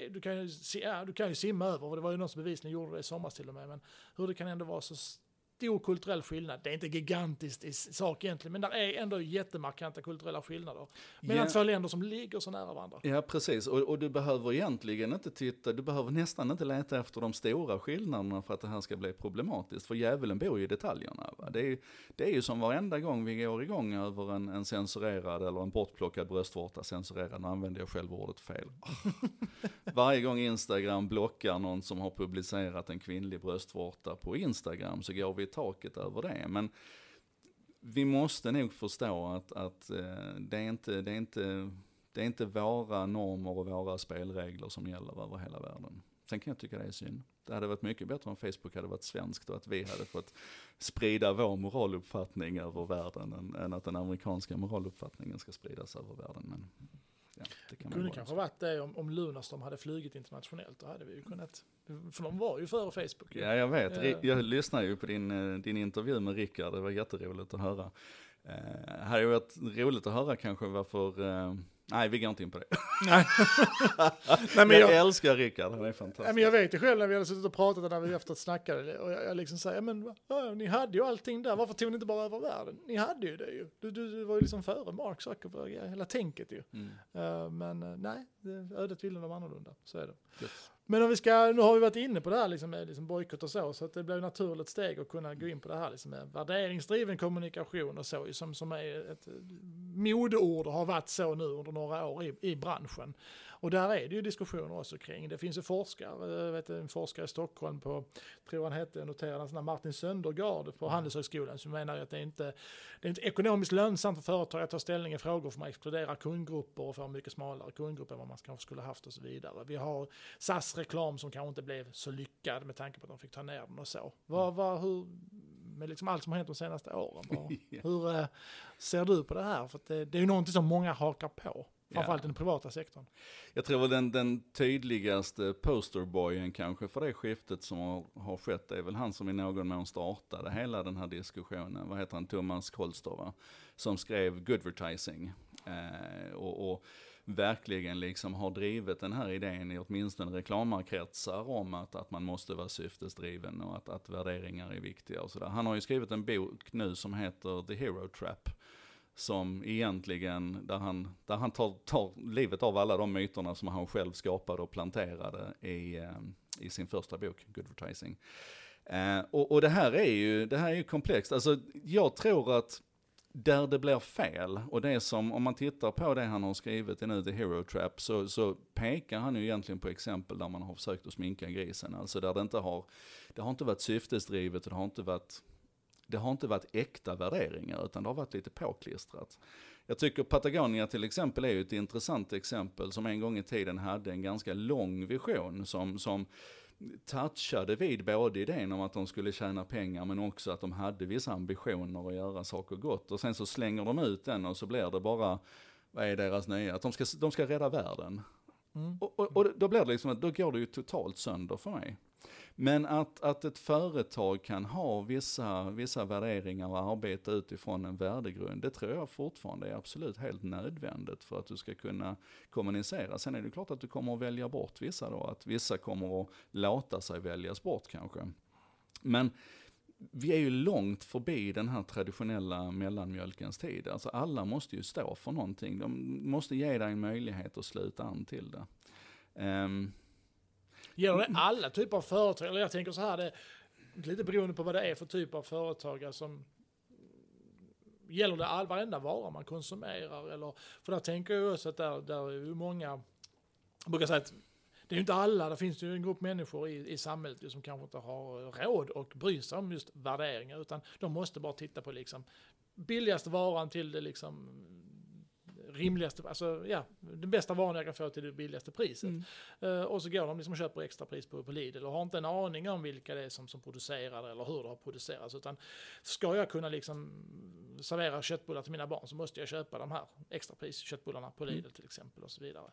du kan ju simma över, och det var ju någon som bevisligen gjorde det i somras till och med, men hur det kan ändå vara så stor kulturell skillnad. Det är inte gigantiskt i sak egentligen, men det är ändå jättemarkanta kulturella skillnader mellan två länder som ligger så nära varandra. Ja, precis. Och du behöver egentligen inte du behöver nästan inte leta efter de stora skillnaderna för att det här ska bli problematiskt. För djävulen bor ju i detaljerna. Va? Det är ju som varenda gång vi går igång över en censurerad eller en bortplockad bröstvårta, censurerad, nu använder jag själv ordet fel. Varje gång Instagram blockar någon som har publicerat en kvinnlig bröstvårta på Instagram så går vi taket över det. Men vi måste nog förstå att det är inte våra normer och våra spelregler som gäller över hela världen. Sen kan jag tycka det är synd. Det hade varit mycket bättre om Facebook hade varit svenskt och att vi hade fått sprida vår moraluppfattning över världen än att den amerikanska moraluppfattningen ska spridas över världen. Men ja, det kan kunde kanske varit det om Lunarstorm hade flugit internationellt. Då hade vi ju kunnat, för de var ju före Facebook. Ja, jag vet. Jag lyssnade ju på din intervju med Rickard. Det var jätteroligt att höra. Det hade ju varit roligt att höra kanske varför... nej, vi går inte in på det. Nej. Nej, men jag älskar Rickard, han är fantastisk. Men jag vet ju själv när vi hade suttit och pratat när vi efteråt snackade och jag liksom säger, men ni hade ju allting där, varför tog ni inte bara över världen? Ni hade ju det ju. Du var ju liksom före Mark Zuckerberg, hela tänket ju. Men nej, ödet ville de annorlunda, så är det. Yes. Men om nu har vi varit inne på det här liksom, med liksom bojkott och så att det blir ett naturligt steg att kunna gå in på det här liksom, med värderingsdriven kommunikation och så, som är ett modeord och har varit så nu under några år i branschen. Och där är det ju diskussioner också kring. Det finns ju forskare, en forskare i Stockholm tror han hette, noterade Martin Söndergaard på Handelshögskolan, som menar att det är inte ekonomiskt lönsamt för företag att ta ställning i frågor för man exkluderar kundgrupper och får mycket smalare kundgrupper än vad man kanske skulle haft och så vidare. Vi har SAS-reklam som kanske inte blev så lyckad med tanke på att de fick ta ner den och så. Hur, med liksom allt som har hänt de senaste åren, hur ser du på det här? För att det är ju någonting som många hakar på. Framförallt i den privata sektorn. Jag tror den tydligaste posterboyen kanske för det skiftet som har skett är väl han som i någon mån startade hela den här diskussionen. Vad heter han? Thomas Kolster, va? Som skrev Goodvertising. Och verkligen liksom har drivit den här idén i åtminstone reklamkretsar om att man måste vara syftesdriven och att värderingar är viktiga och sådär. Han har ju skrivit en bok nu som heter The Hero Trap, som egentligen, där han tar livet av alla de myterna som han själv skapade och planterade i sin första bok, Good Advertising. Och det här är ju komplext. Alltså, jag tror att där det blir fel, och det är som, om man tittar på det han har skrivit i nu, The Hero Trap, så pekar han ju egentligen på exempel där man har försökt att sminka grisen. Alltså där det har inte varit syftesdrivet och det har inte varit äkta värderingar, utan det har varit lite påklistrat. Jag tycker Patagonia till exempel är ju ett intressant exempel som en gång i tiden hade en ganska lång vision som touchade vid både idén om att de skulle tjäna pengar men också att de hade vissa ambitioner att göra saker gott. Och sen så slänger de ut den och så blir det bara, vad är deras nya? Att de ska rädda världen. Och då blir det liksom att då går det ju totalt sönder för mig. Men att ett företag kan ha vissa värderingar och arbeta utifrån en värdegrund, det tror jag fortfarande är absolut helt nödvändigt för att du ska kunna kommunicera. Sen är det klart att du kommer att välja bort vissa då, att vissa kommer att låta sig väljas bort kanske. Men vi är ju långt förbi den här traditionella mellanmjölkens tid. Alltså alla måste ju stå för någonting. De måste ge dig en möjlighet att sluta an till det. Gäller det alla typer av företag? Eller jag tänker så här, det är lite beroende på vad det är för typ av företagare som gäller det varenda vara man konsumerar. Eller, för där tänker jag också att där är ju många, jag brukar säga att det är ju inte alla, det finns ju en grupp människor i samhället som kanske inte har råd och bryr sig om just värderingar, utan de måste bara titta på liksom billigaste varan till det liksom rimligaste, alltså ja, den bästa varan jag kan få till det billigaste priset. Och så går de liksom och köper extra pris på Lidl och har inte en aning om vilka det är som producerar eller hur det har producerats, utan ska jag kunna liksom servera köttbullar till mina barn så måste jag köpa de här extra pris köttbullarna på Lidl till exempel och så vidare.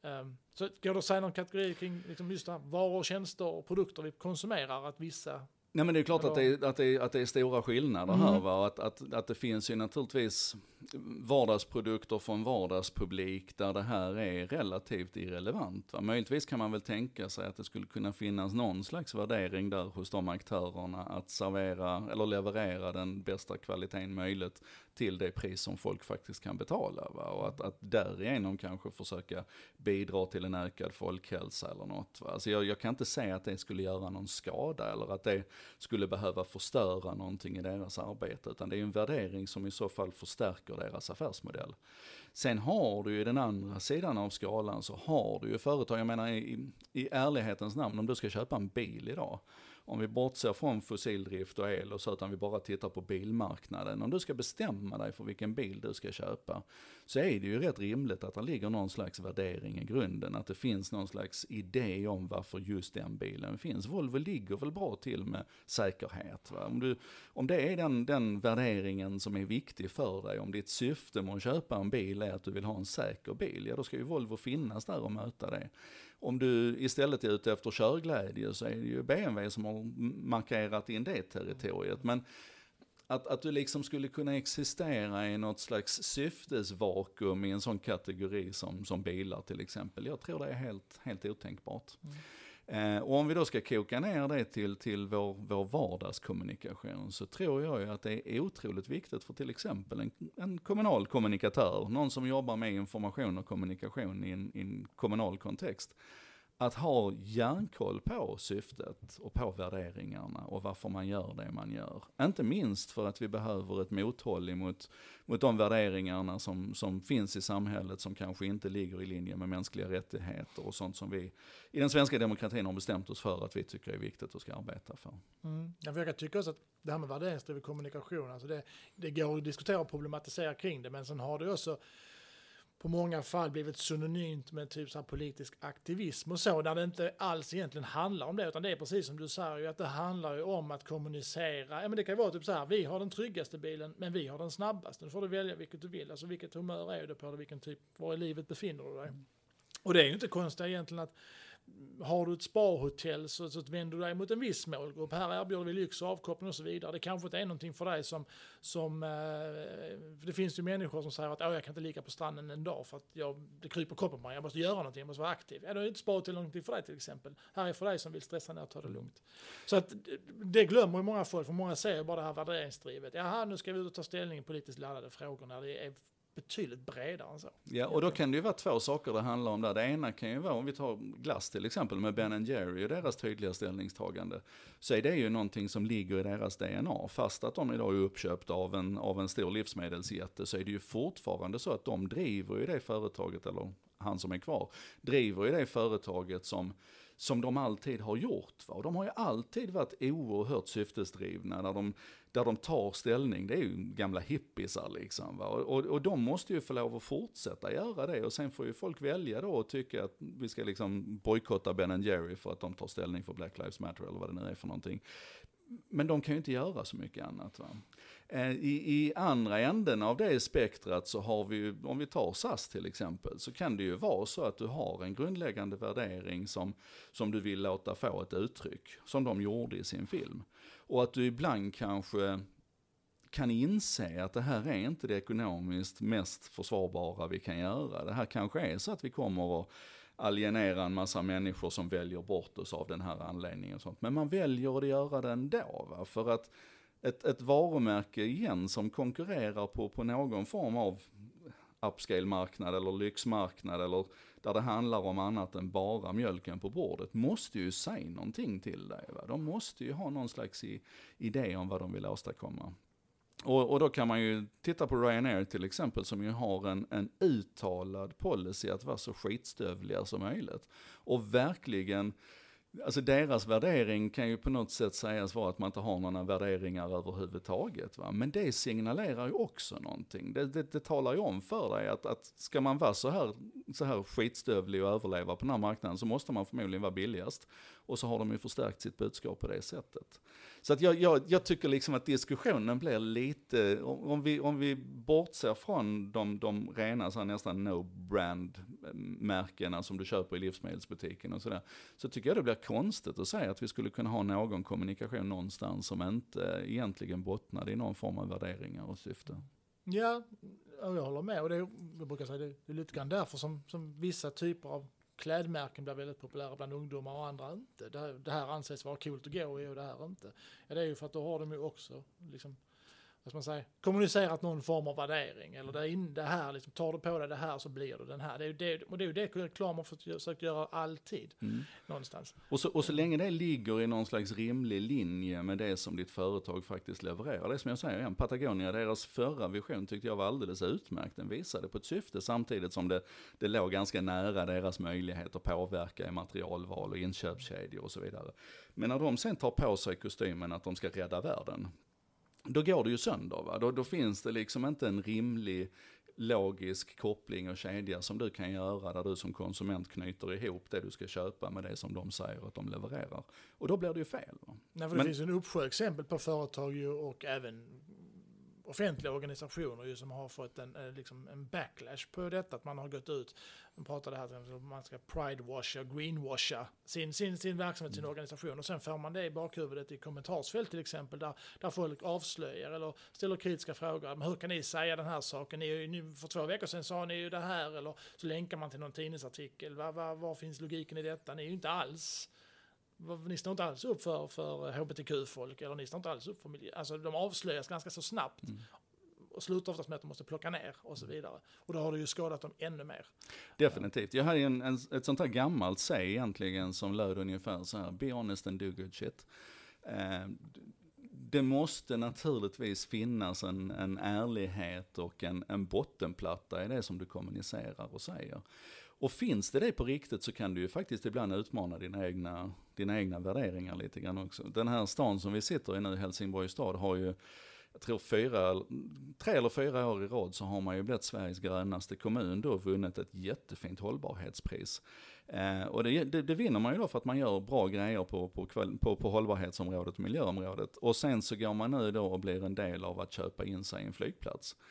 Så går det att säga någon kategori kring liksom just det här, varor, tjänster och produkter vi konsumerar, att vissa. Nej, men det är klart att det är stora skillnader här, va? Att det finns ju naturligtvis vardagsprodukter från vardagspublik där det här är relativt irrelevant, va? Möjligtvis kan man väl tänka sig att det skulle kunna finnas någon slags värdering där hos de aktörerna att servera eller leverera den bästa kvaliteten möjligt till det pris som folk faktiskt kan betala, va? Och att därigenom kanske försöka bidra till en ökad folkhälsa eller något, va? Alltså jag kan inte säga att det skulle göra någon skada eller att det skulle behöva förstöra någonting i deras arbete, utan det är en värdering som i så fall förstärker deras affärsmodell. Sen har du ju den andra sidan av skalan, så har du ju företag, jag menar i ärlighetens namn, om du ska köpa en bil idag, om vi bortser från fossildrift och el och så, utan vi bara tittar på bilmarknaden. Om du ska bestämma dig för vilken bil du ska köpa, så är det ju rätt rimligt att det ligger någon slags värdering i grunden. Att det finns någon slags idé om varför just den bilen finns. Volvo ligger väl bra till med säkerhet, va? Om det är den värderingen som är viktig för dig, om ditt syfte med att köpa en bil är att du vill ha en säker bil, ja då ska ju Volvo finnas där och möta det. Om du istället är ute efter körglädje så är det ju BMW som har markerat in det territoriet. Men att du liksom skulle kunna existera i något slags syftesvakuum i en sån kategori som bilar till exempel, jag tror det är helt otänkbart. Och om vi då ska koka ner det till vår vardagskommunikation, så tror jag ju att det är otroligt viktigt för till exempel en kommunal kommunikatör, någon som jobbar med information och kommunikation i en kommunal kontext, att ha järnkoll på syftet och på värderingarna och varför man gör det man gör. Inte minst för att vi behöver ett mothåll mot de värderingarna som finns i samhället som kanske inte ligger i linje med mänskliga rättigheter och sånt som vi i den svenska demokratin har bestämt oss för att vi tycker är viktigt och ska arbeta för. Jag tycker också att det här med värderingsdriven kommunikation, alltså det går att diskutera och problematisera kring det, men sen har det också på många fall blivit synonymt med typ så här politisk aktivism och så, där det inte alls egentligen handlar om det, utan det är precis som du säger ju, att det handlar ju om att kommunicera. Ja, men det kan ju vara typ så här, vi har den tryggaste bilen men vi har den snabbaste. Nu får du välja vilket du vill, alltså vilket humör är du på det, vilken typ, var i livet befinner du dig. Och det är ju inte konstigt egentligen att har du ett sparhotell så vänder du dig mot en viss målgrupp. Här erbjuder vi lyx och avkoppling och så vidare. Det kanske inte är någonting för dig som för det finns ju människor som säger att jag kan inte ligga på stranden en dag för att det kryper kroppen på mig. Jag måste göra någonting, jag måste vara aktiv. Då är det inte sparhotell någonting för dig till exempel. Här är för dig som vill stressa ner och ta det lugnt. Så att det glömmer ju många folk, för många ser bara det här värderingsdrivet. Jaha, nu ska vi ut och ta ställning i politiskt laddade frågor när det är betydligt bredare än så. Ja, och då kan det ju vara två saker det handlar om där. Det ena kan ju vara, om vi tar glass till exempel med Ben & Jerry och deras tydliga ställningstagande, så är det ju någonting som ligger i deras DNA. Fast att de idag är uppköpta av en stor livsmedelsjätte, så är det ju fortfarande så att de driver i det företaget, eller han som är kvar, driver i det företaget som de alltid har gjort. Va? Och de har ju alltid varit oerhört syftesdrivna där de tar ställning. Det är ju gamla hippisar liksom. Va? Och de måste ju få lov att fortsätta göra det. Och sen får ju folk välja då och tycka att vi ska liksom bojkotta Ben & Jerry för att de tar ställning för Black Lives Matter eller vad det nu är för någonting. Men de kan ju inte göra så mycket annat. Va? I andra änden av det spektrat så har vi ju, om vi tar SAS till exempel, så kan det ju vara så att du har en grundläggande värdering som du vill låta få ett uttryck, som de gjorde i sin film. Och att du ibland kanske kan inse att det här är inte det ekonomiskt mest försvarbara vi kan göra. Det här kanske är så att vi kommer att alienera en massa människor som väljer bort oss av den här anledningen och sånt. Men man väljer att göra det ändå, va? För att ett varumärke igen som konkurrerar på någon form av upscale-marknad eller lyxmarknad eller där det handlar om annat än bara mjölken på bordet, måste ju säga någonting till dig. Va? De måste ju ha någon slags idé om vad de vill åstadkomma. Och då kan man ju titta på Ryanair till exempel, som ju har en uttalad policy att vara så skitstövliga som möjligt. Och verkligen, alltså deras värdering kan ju på något sätt sägas vara att man inte har några värderingar överhuvudtaget. Va? Men det signalerar ju också någonting. Det talar ju om för dig att ska man vara så här skitstövlig och överleva på den här marknaden, så måste man förmodligen vara billigast. Och så har de ju förstärkt sitt budskap på det sättet. Så att jag tycker liksom att diskussionen blir lite, om vi bortser från de rena så här, nästan no-brand-märkena som du köper i livsmedelsbutiken och sådär, så tycker jag det blir konstigt att säga att vi skulle kunna ha någon kommunikation någonstans som inte egentligen bottnar i någon form av värderingar och syfte. Ja, och jag håller med. Och jag brukar säga det är lite grann därför som vissa typer av klädmärken blir väldigt populära bland ungdomar och andra inte. Det här anses vara coolt att gå i och det här inte. Ja, det är ju för att då har de ju också liksom, vad ska man säga, kommunicerat någon form av värdering. Eller det här, liksom, tar du på dig det här så blir du den här. Det är ju det reklamer försöker göra alltid någonstans. Och så länge det ligger i någon slags rimlig linje med det som ditt företag faktiskt levererar. Det är som jag säger igen, Patagonia, deras förra vision tyckte jag var alldeles utmärkt. Den visade på ett syfte samtidigt som det låg ganska nära deras möjlighet att påverka i materialval och inköpskedjor och så vidare. Men när de sen tar på sig kostymen att de ska rädda världen, då går det ju sönder. Va? Då finns det liksom inte en rimlig logisk koppling och kedja som du kan göra där du som konsument knyter ihop det du ska köpa med det som de säger att de levererar. Och då blir det ju fel. Va? Nej, för det finns en uppsjö exempel på företag och även offentliga organisationer ju som har fått en backlash på detta, att man har gått ut och pratat det här att man ska pride-washa, greenwasha sin verksamhet, sin organisation, och sen får man det i bakhuvudet i kommentarsfält till exempel där folk avslöjar eller ställer kritiska frågor. Men hur kan ni säga den här saken? För 2 veckor sedan sa ni ju det här, eller så länkar man till någon tidningsartikel. Var finns logiken i detta? Ni är ju inte alls... Ni står inte alls upp för hbtq-folk, eller ni står inte alls upp för miljö. Alltså de avslöjas ganska så snabbt och slutar oftast med att de måste plocka ner och så vidare. Och då har det ju skadat dem ännu mer. Definitivt. Jag hade ett sånt här gammalt säg egentligen som löd ungefär så här: be honest and do good shit. Det måste naturligtvis finnas en ärlighet och en bottenplatta i det som du kommunicerar och säger. Och finns det på riktigt så kan du ju faktiskt ibland utmana dina egna värderingar lite grann också. Den här stan som vi sitter i nu, Helsingborgs stad, har ju, jag tror 3 eller 4 år i rad så har man ju blivit Sveriges grönaste kommun då, vunnit ett jättefint hållbarhetspris. Och det vinner man ju då för att man gör bra grejer på hållbarhetsområdet och miljöområdet. Och sen så går man nu då och blir en del av att köpa in sig i en flygplats.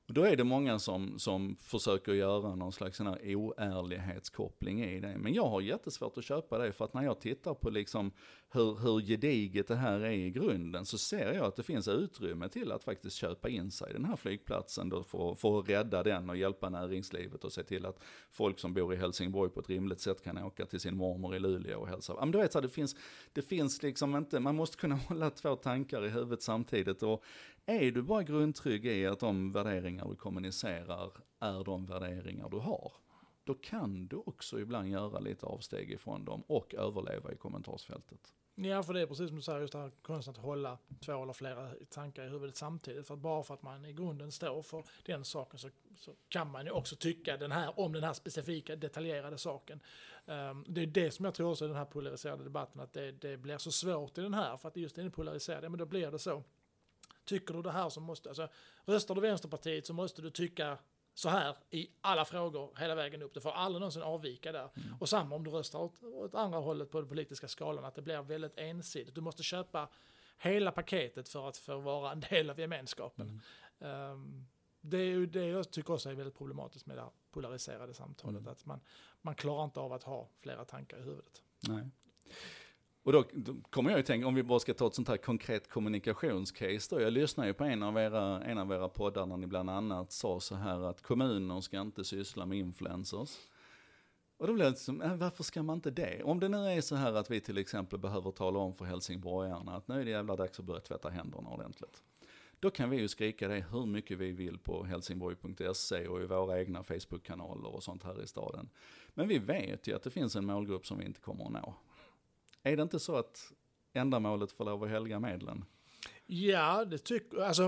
Och då är det många som försöker göra någon slags sån här oärlighetskoppling i det. Men jag har jättesvårt att köpa det, för att när jag tittar på liksom hur gediget det här är i grunden, så ser jag att det finns utrymme till att faktiskt köpa in sig i den här flygplatsen då för att rädda den och hjälpa näringslivet och se till att folk som bor i Helsingborg på ett rimligt sätt kan åka till sin mormor i Luleå och hälsa. Men du vet, så det finns liksom inte, man måste kunna hålla två tankar i huvudet samtidigt, och är du bara grundtrygg i att de värderingar du kommunicerar är de värderingar du har, då kan du också ibland göra lite avsteg ifrån dem och överleva i kommentarsfältet. Ja, för det är precis som du säger, just det här konsten att hålla två eller flera tankar i huvudet samtidigt. För att bara för att man i grunden står för den saken så kan man ju också tycka om den här specifika detaljerade saken. Det är det som jag tror också i den här polariserade debatten, att det blir så svårt i den här, för att just den är polariserad, men då blir det så. Tycker du det här så måste, alltså röstar du Vänsterpartiet så måste du tycka så här i alla frågor hela vägen upp. Du får aldrig någonsin avvika där. Och samma om du röstar åt andra hållet på den politiska skalan, att det blir väldigt ensidigt. Du måste köpa hela paketet för att få vara en del av gemenskapen. Det är ju det jag tycker också är väldigt problematiskt med det här polariserade samtalet. Att man klarar inte av att ha flera tankar i huvudet. Nej. Och då kommer jag ju tänka, om vi bara ska ta ett sånt här konkret kommunikationscase då. Jag lyssnar ju på en av era poddar när ni bland annat sa så här att kommuner ska inte syssla med influencers. Och då blir det som, varför ska man inte det? Om det nu är så här att vi till exempel behöver tala om för helsingborgarna att nu är det jävla dags att börja tvätta händerna ordentligt. Då kan vi ju skrika det hur mycket vi vill på helsingborg.se och i våra egna Facebook-kanaler och sånt här i staden. Men vi vet ju att det finns en målgrupp som vi inte kommer att nå. Är det inte så att ändamålet får lov att helga medlen? Ja, det tycker alltså.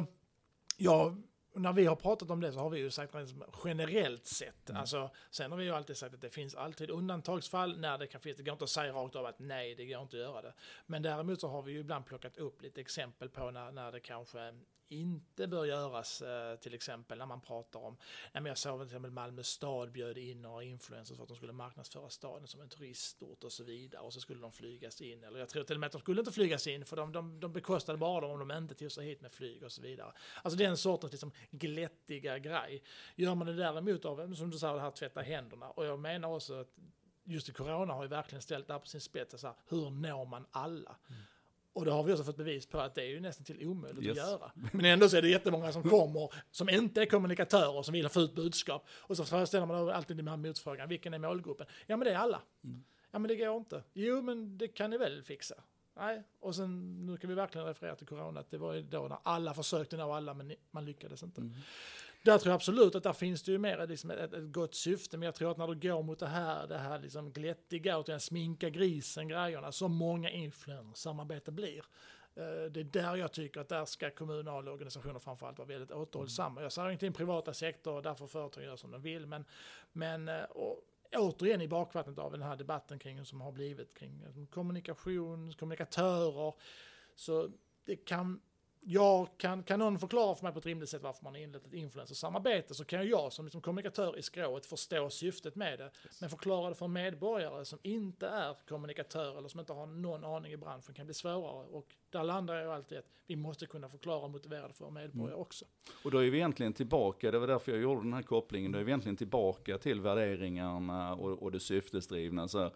När vi har pratat om det så har vi ju sagt generellt sett. Alltså, sen har vi ju alltid sagt att det finns alltid undantagsfall när det kan finnas. Det går inte att säga rakt av att nej, det går inte att göra det. Men däremot så har vi ju ibland plockat upp lite exempel på när det kanske inte bör göras, till exempel när man pratar om, jag såg till exempel Malmö stad bjöd in några influencers för att de skulle marknadsföra staden som en turistort och så vidare, och så skulle de flygas in, eller jag tror till och med att de skulle inte flygas in, för de bekostade bara dem om de inte tog sig hit med flyg och så vidare. Alltså den sortens liksom glättiga grej. Gör man det däremot av, som du sa, det här tvätta händerna, och jag menar också att just i corona har ju verkligen ställt där på sin spets, så här, hur når man alla? Och det har vi också fått bevis på att det är ju nästan till omöjligt att göra. Men ändå så är det jättemånga som kommer som inte är kommunikatörer som vill få ut budskap. Och så ställer man alltid den här motfrågan, vilken är målgruppen? Ja, men det är alla. Ja, men det går inte. Jo, men det kan ni väl fixa. Nej, och sen nu kan vi verkligen referera till corona, att det var ju då när alla försökte nå alla, men man lyckades inte. Där tror jag absolut att där finns det ju mer liksom ett gott syfte, men jag tror att när du går mot det här liksom glättiga och den sminka grisen grejerna som många influencersamarbete blir. Det är där jag tycker att där ska kommunala organisationer framförallt vara väldigt återhållsamma. Jag säger inte i den privata sektor, därför företag gör som de vill, men återigen i bakvattnet av den här debatten kring som har blivit kring kommunikatörer, så det kan någon förklara för mig på ett rimligt sätt varför man har inlett ett influencersamarbete, så kan jag som liksom kommunikatör i skrået förstå syftet med det. Men förklara det för medborgare som inte är kommunikatör eller som inte har någon aning i branschen kan bli svårare. Och där landar jag alltid att vi måste kunna förklara och motivera det för medborgare också. Och då är vi egentligen tillbaka, det var därför jag gjorde den här kopplingen, då är vi egentligen tillbaka till värderingarna och det syftesdrivna. Så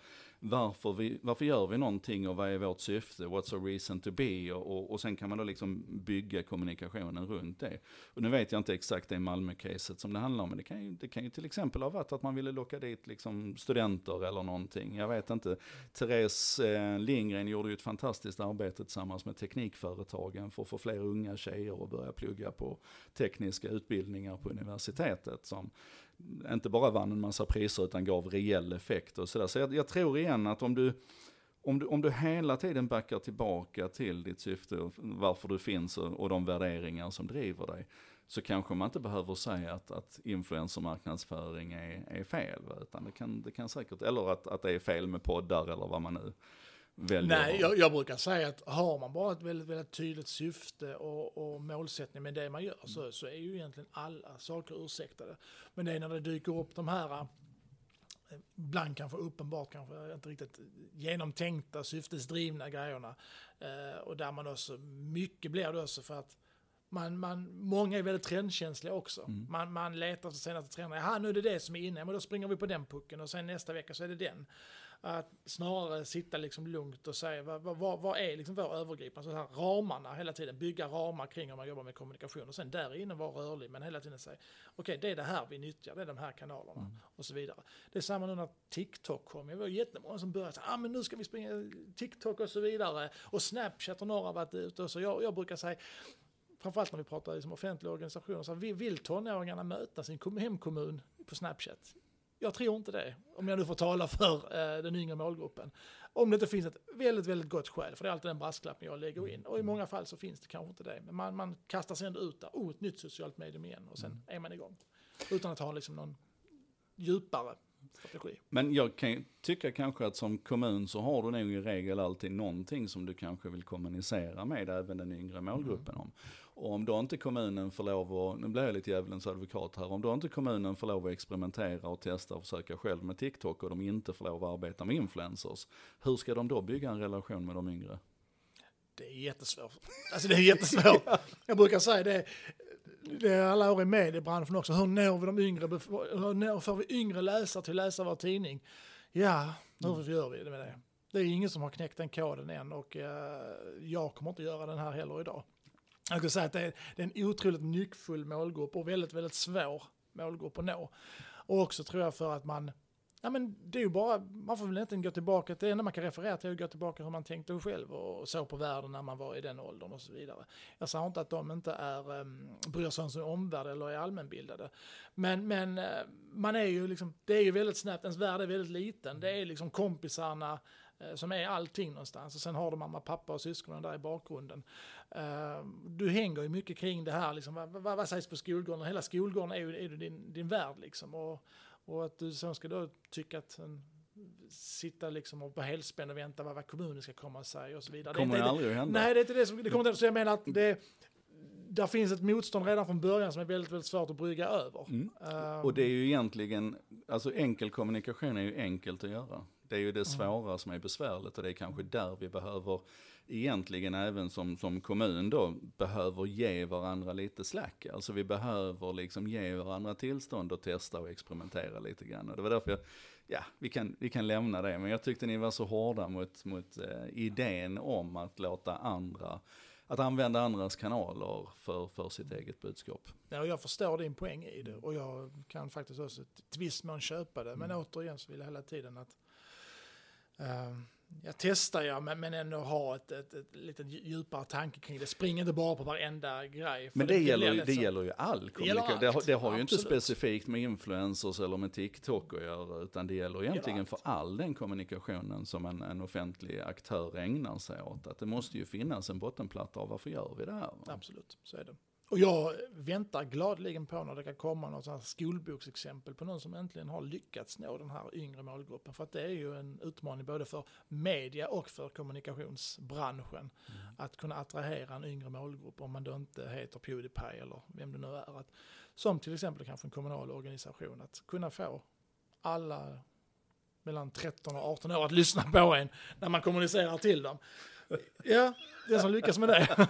varför gör vi någonting och vad är vårt syfte? What's a reason to be? Och sen kan man då liksom bygga kommunikationen runt det. Och nu vet jag inte exakt det Malmö-caset som det handlar om, men det kan ju till exempel ha varit att man ville locka dit liksom studenter eller någonting. Jag vet inte. Therese Lindgren gjorde ju ett fantastiskt arbete tillsammans med teknikföretagen för att få fler unga tjejer att börja plugga på tekniska utbildningar på universitetet som inte bara vann en massa priser utan gav reell effekt och sådär. Så jag tror igen att om du hela tiden backar tillbaka till ditt syfte och varför du finns och de värderingar som driver dig, så kanske man inte behöver säga att influencermarknadsföring är fel, utan det kan säkert, eller att det är fel med poddar eller vad man nu väljer. Nej, jag brukar säga att har man bara ett väldigt, väldigt tydligt syfte och målsättning med det man gör, så är ju egentligen alla saker ursäktade. Men det är när det dyker upp de här ibland kanske uppenbart kanske inte riktigt genomtänkta syftesdrivna grejerna, och där man också mycket blir det också för att Många är väldigt trendkänsliga också. Man letar efter senaste trenderna. Nu är det som är inne, men då springer vi på den pucken och sen nästa vecka så är det den. Att snarare sitta liksom lugnt och säga vad är liksom vår övergripande, så här ramarna hela tiden, bygga ramar kring om man jobbar med kommunikation och sen där inne vara rörlig, men hela tiden säga okej, det är det här vi nyttjar, det är de här kanalerna och så vidare. Det är samma nu när TikTok kom. Det var jättemånga som började säga men nu ska vi springa TikTok och så vidare, och Snapchat och några har varit ute, och så jag brukar säga, framförallt när vi pratar liksom offentliga organisationer, så vill tonåringarna möta sin hemkommun på Snapchat? Jag tror inte det, om jag nu får tala för den yngre målgruppen. Om det inte finns ett väldigt, väldigt gott skäl, för det är alltid den brasklappen jag lägger in. Och i många fall så finns det kanske inte det. Men man kastar sig ändå ut där, ett nytt socialt medium igen, och sen är man igång. Utan att ha liksom någon djupare strategi. Men jag kan tycka kanske att som kommun så har du nog i regel alltid någonting som du kanske vill kommunicera med även den yngre målgruppen om. Och om då inte kommunen får lov att, nu blir jag lite djävulens advokat här, om då inte kommunen får lov att experimentera och testa och försöka själv med TikTok och de inte får lov att arbeta med influencers, hur ska de då bygga en relation med de yngre? Det är jättesvårt. Alltså det är jättesvårt. Jag brukar säga det är alla år i mediebranschen också. Hur når vi de yngre, hur får vi yngre läsare till att läsa vår tidning? Ja, hur gör vi det med det? Det är ingen som har knäckt den koden än, och jag kommer inte göra den här heller idag. Jag skulle säga att det är en otroligt nyckfull målgrupp och väldigt, väldigt svår målgrupp att nå. Och också tror jag för att man det är ju bara, man får väl inte gå tillbaka till det enda man kan referera till, att gå tillbaka hur man tänkte själv och så på världen när man var i den åldern och så vidare. Jag säger inte att de inte bryr sig om sin omvärld eller är allmänbildade. Men man är ju liksom, det är ju väldigt snabbt, ens värld är väldigt liten. Det är liksom kompisarna som är allting någonstans, och sen har du mamma, pappa och syskonen där i bakgrunden. Du hänger ju mycket kring det här liksom, vad sägs på skolgården? Hela skolgården är ju din värld liksom, och att du så ska då tycka att sitta liksom och på helspänn och vänta vad kommunen ska komma och säga och så vidare. Kommer det aldrig att hända? Nej, det är inte det som det kommer inte. Så jag menar att där finns ett motstånd redan från början som är väldigt, väldigt svårt att brygga över. Och det är ju egentligen, alltså enkel kommunikation är ju enkelt att göra. Det är ju det svåra som är besvärligt, och det är kanske där vi behöver egentligen även som kommun då behöver ge varandra lite slack. Alltså vi behöver liksom ge varandra tillstånd och testa och experimentera lite grann. Och det var därför vi kan lämna det. Men jag tyckte ni var så hårda mot idén om att låta att använda andras kanaler för sitt eget budskap. Ja, och jag förstår din poäng i det, och jag kan faktiskt också ett visst mån köpa det. Men återigen så vill jag hela tiden att jag testar men ändå ha ett lite djupare tanke kring det. Spring inte bara på varenda grej. Men det gäller ju all kommunikation. Det har ju inte specifikt med influencers eller med TikTok att göra, utan det gäller egentligen för all den kommunikationen som en offentlig aktör ägnar sig åt. Att det måste ju finnas en bottenplatta av varför gör vi det här? Absolut, så är det. Och jag väntar gladligen på när det kan komma något sånt här skolboksexempel på någon som äntligen har lyckats nå den här yngre målgruppen. För att det är ju en utmaning både för media och för kommunikationsbranschen att kunna attrahera en yngre målgrupp, om man då inte heter PewDiePie eller vem det nu är. Som till exempel kanske en kommunal organisation, att kunna få alla mellan 13 och 18 år att lyssna på en när man kommunicerar till dem. Ja, det är som lyckas med det.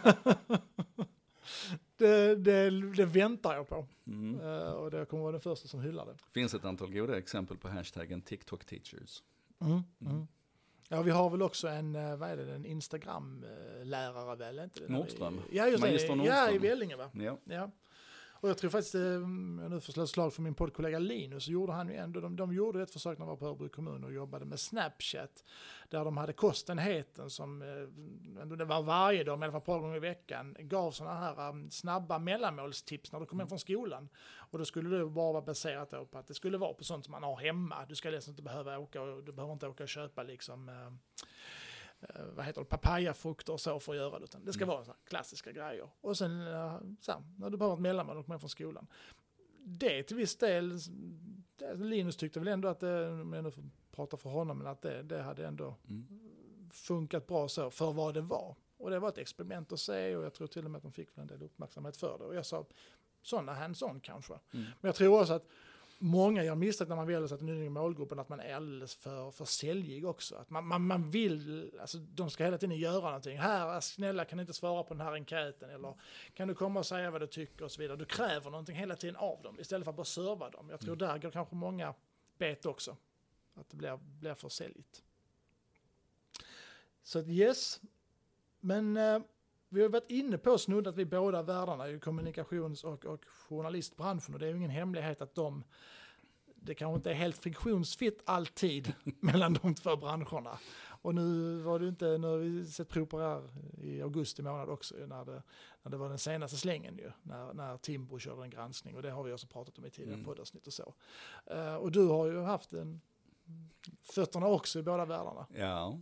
Det väntar jag på. Och det kommer vara den första som hyllar det. Finns ett antal goda exempel på hashtaggen TikTok Teachers. Ja, vi har väl också en Instagram-lärare väl? Inte det? Nordström. Ja, just det. Nordström. Ja, i Vellinge va? Ja. Och jag tror faktiskt, jag nu får slå slag för min poddkollega Linus, så gjorde han ju ändå, de gjorde ett försök när de var på Örebro kommun och jobbade med Snapchat, där de hade kostenheten som, det var varje dag, men det var ett par gånger i veckan, gav sådana här snabba mellanmålstips när du kom hem från skolan. Och då skulle det bara vara baserat på att det skulle vara på sånt som man har hemma. Du ska liksom inte behöva du behöver inte åka och köpa liksom papayafrukter och så för att göra det, utan det ska vara så klassiska grejer. Och sen när du behöver ett mellanmål och kommer från skolan. Det till viss del, Linus tyckte väl ändå att om jag nu får prata för honom, men att det hade ändå funkat bra så för vad det var. Och det var ett experiment att se, och jag tror till och med att de fick en del uppmärksamhet för det. Och jag sa, sådana hands-on kanske. Men jag tror också att många gör misstag när man väljer sig till den nya målgruppen att man är alldeles för säljig också. Att man vill, alltså de ska hela tiden göra någonting. Här, snälla kan du inte svara på den här enkäten eller kan du komma och säga vad du tycker och så vidare. Du kräver någonting hela tiden av dem istället för att bara serva dem. Jag tror där går kanske många bet också. Att det blir för säljigt. Så att yes, men vi har varit inne på snuddat vid båda världarna i kommunikations- och journalistbranschen och det är ju ingen hemlighet att det kanske inte är helt friktionsfritt alltid mellan de två branscherna. Och nu har vi sett prov på det här i augusti månad också när det var den senaste slängen ju, när Timbro körde en granskning och det har vi också pratat om i tidigare poddavsnitt och så. Och du har ju haft fötterna också i båda världarna. Ja,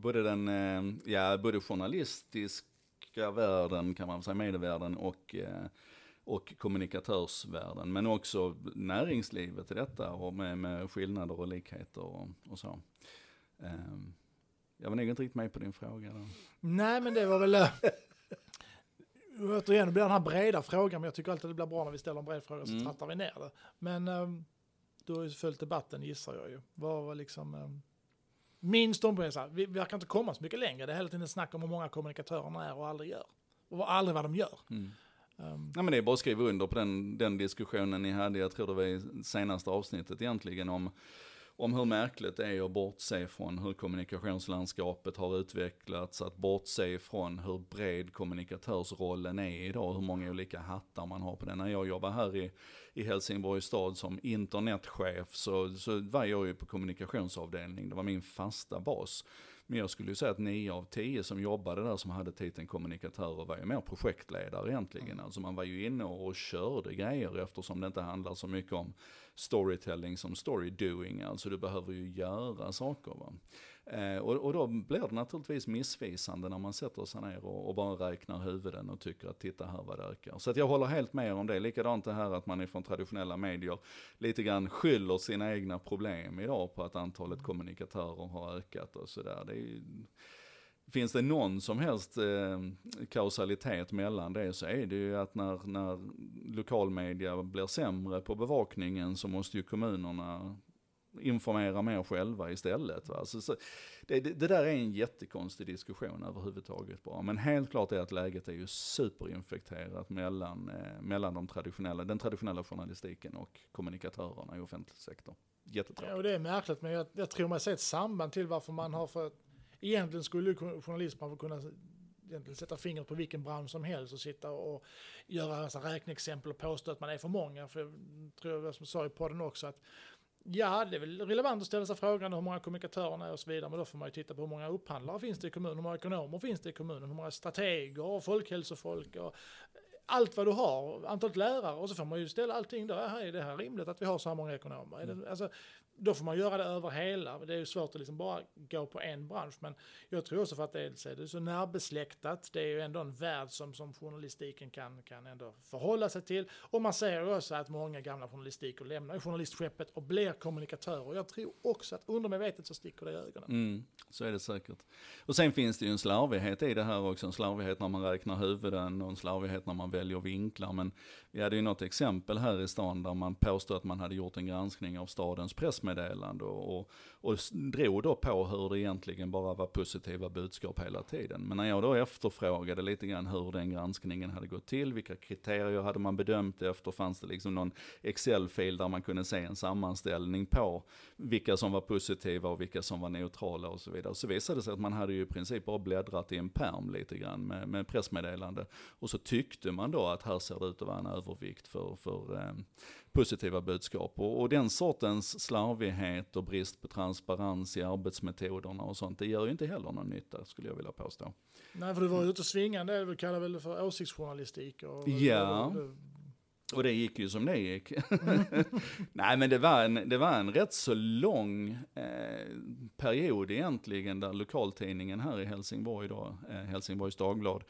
både journalistiska världen kan man säga, medievärlden och kommunikatörsvärlden, men också näringslivet i detta och med skillnader och likheter och så. Jag var nog inte riktigt med på din fråga där. Nej, men det var väl återigen, det blir den här breda frågan, men jag tycker alltid det blir bra när vi ställer en bred fråga så trattar vi ner det. Men du har ju följt debatten gissar jag ju. Vad var liksom min ståndpunkt är så här, vi verkar inte komma så mycket längre. Det är hela tiden snack om hur många kommunikatörerna är och aldrig gör. Och aldrig vad de gör. Ja, men det är bara att skriva under på den diskussionen ni hade, jag tror det var i senaste avsnittet egentligen, om hur märkligt det är att bortse från hur kommunikationslandskapet har utvecklats, att bortse från hur bred kommunikatörsrollen är idag, hur många olika hattar man har på den. När jag jobbar här i Helsingborgs stad som internetchef så var jag ju på kommunikationsavdelning, det var min fasta bas. Men jag skulle ju säga att 9 av 10 som jobbade där som hade titeln kommunikatörer var ju mer projektledare egentligen. Alltså man var ju inne och körde grejer eftersom det inte handlar så mycket om storytelling som storydoing. Alltså du behöver ju göra saker va. Och då blir det naturligtvis missvisande när man sätter sig ner och bara räknar huvuden och tycker att titta här vad det ökar. Så att jag håller helt med om det. Likadant det här att man ifrån traditionella medier lite grann skyller sina egna problem idag på att antalet kommunikatörer har ökat och sådär. Finns det någon som helst kausalitet mellan det så är det ju att när lokalmedia blir sämre på bevakningen så måste ju kommunerna informera mer själva istället. Va? Alltså, så det där är en jättekonstig diskussion överhuvudtaget bara. Men helt klart är att läget är ju superinfekterat mellan den traditionella journalistiken och kommunikatörerna i offentlig sektor. Jättetråkigt. Ja, och det är märkligt, men jag tror man ser ett samband till varför man har egentligen skulle journalistbranschen kunna egentligen sätta fingret på vilken bransch som helst och sitta och göra räkneexempel och påstå att man är för många. För jag tror jag som sa i podden också att ja, det är väl relevant att ställa sig frågan hur många kommunikatörerna är och så vidare, men då får man ju titta på hur många upphandlare finns det i kommunen, hur många ekonomer finns det i kommunen, hur många strateger och folkhälsofolk och allt vad du har, antalet lärare, och så får man ju ställa allting då, är det här rimligt att vi har så här många ekonomer? Alltså, då får man göra det över hela, det är ju svårt att liksom bara gå på en bransch, men jag tror också för att det är så närbesläktat, det är ju ändå en värld som journalistiken kan ändå förhålla sig till, och man ser ju också att många gamla journalistiker lämnar journalistskeppet och blir kommunikatörer, och jag tror också att undermedvetet så sticker det i ögonen. Så är det säkert. Och sen finns det ju en slarvighet i det här också, en slarvighet när man räknar huvuden och en slarvighet när man väljer vinklar, men vi hade ju något exempel här i stan där man påstod att man hade gjort en granskning av stadens pressmeddelande och drog då på hur det egentligen bara var positiva budskap hela tiden. Men när jag då efterfrågade lite grann hur den granskningen hade gått till, vilka kriterier hade man bedömt efter, fanns det liksom någon Excel-fil där man kunde se en sammanställning på vilka som var positiva och vilka som var neutrala och så vidare. Så visade det sig att man hade ju i princip bara bläddrat i en pärm lite grann med pressmeddelande, och så tyckte man då att här ser det ut att vara en övervikt för positiva budskap. Och den sortens slarvighet och brist på transparens i arbetsmetoderna och sånt, det gör ju inte heller någon nytta, skulle jag vilja påstå. Nej, för du var ute och svingande, du kallar väl det för åsiktsjournalistik? Och det gick ju som det gick. Nej, men det var en rätt så lång period egentligen där lokaltidningen här i Helsingborg då, Helsingborgs Dagblad,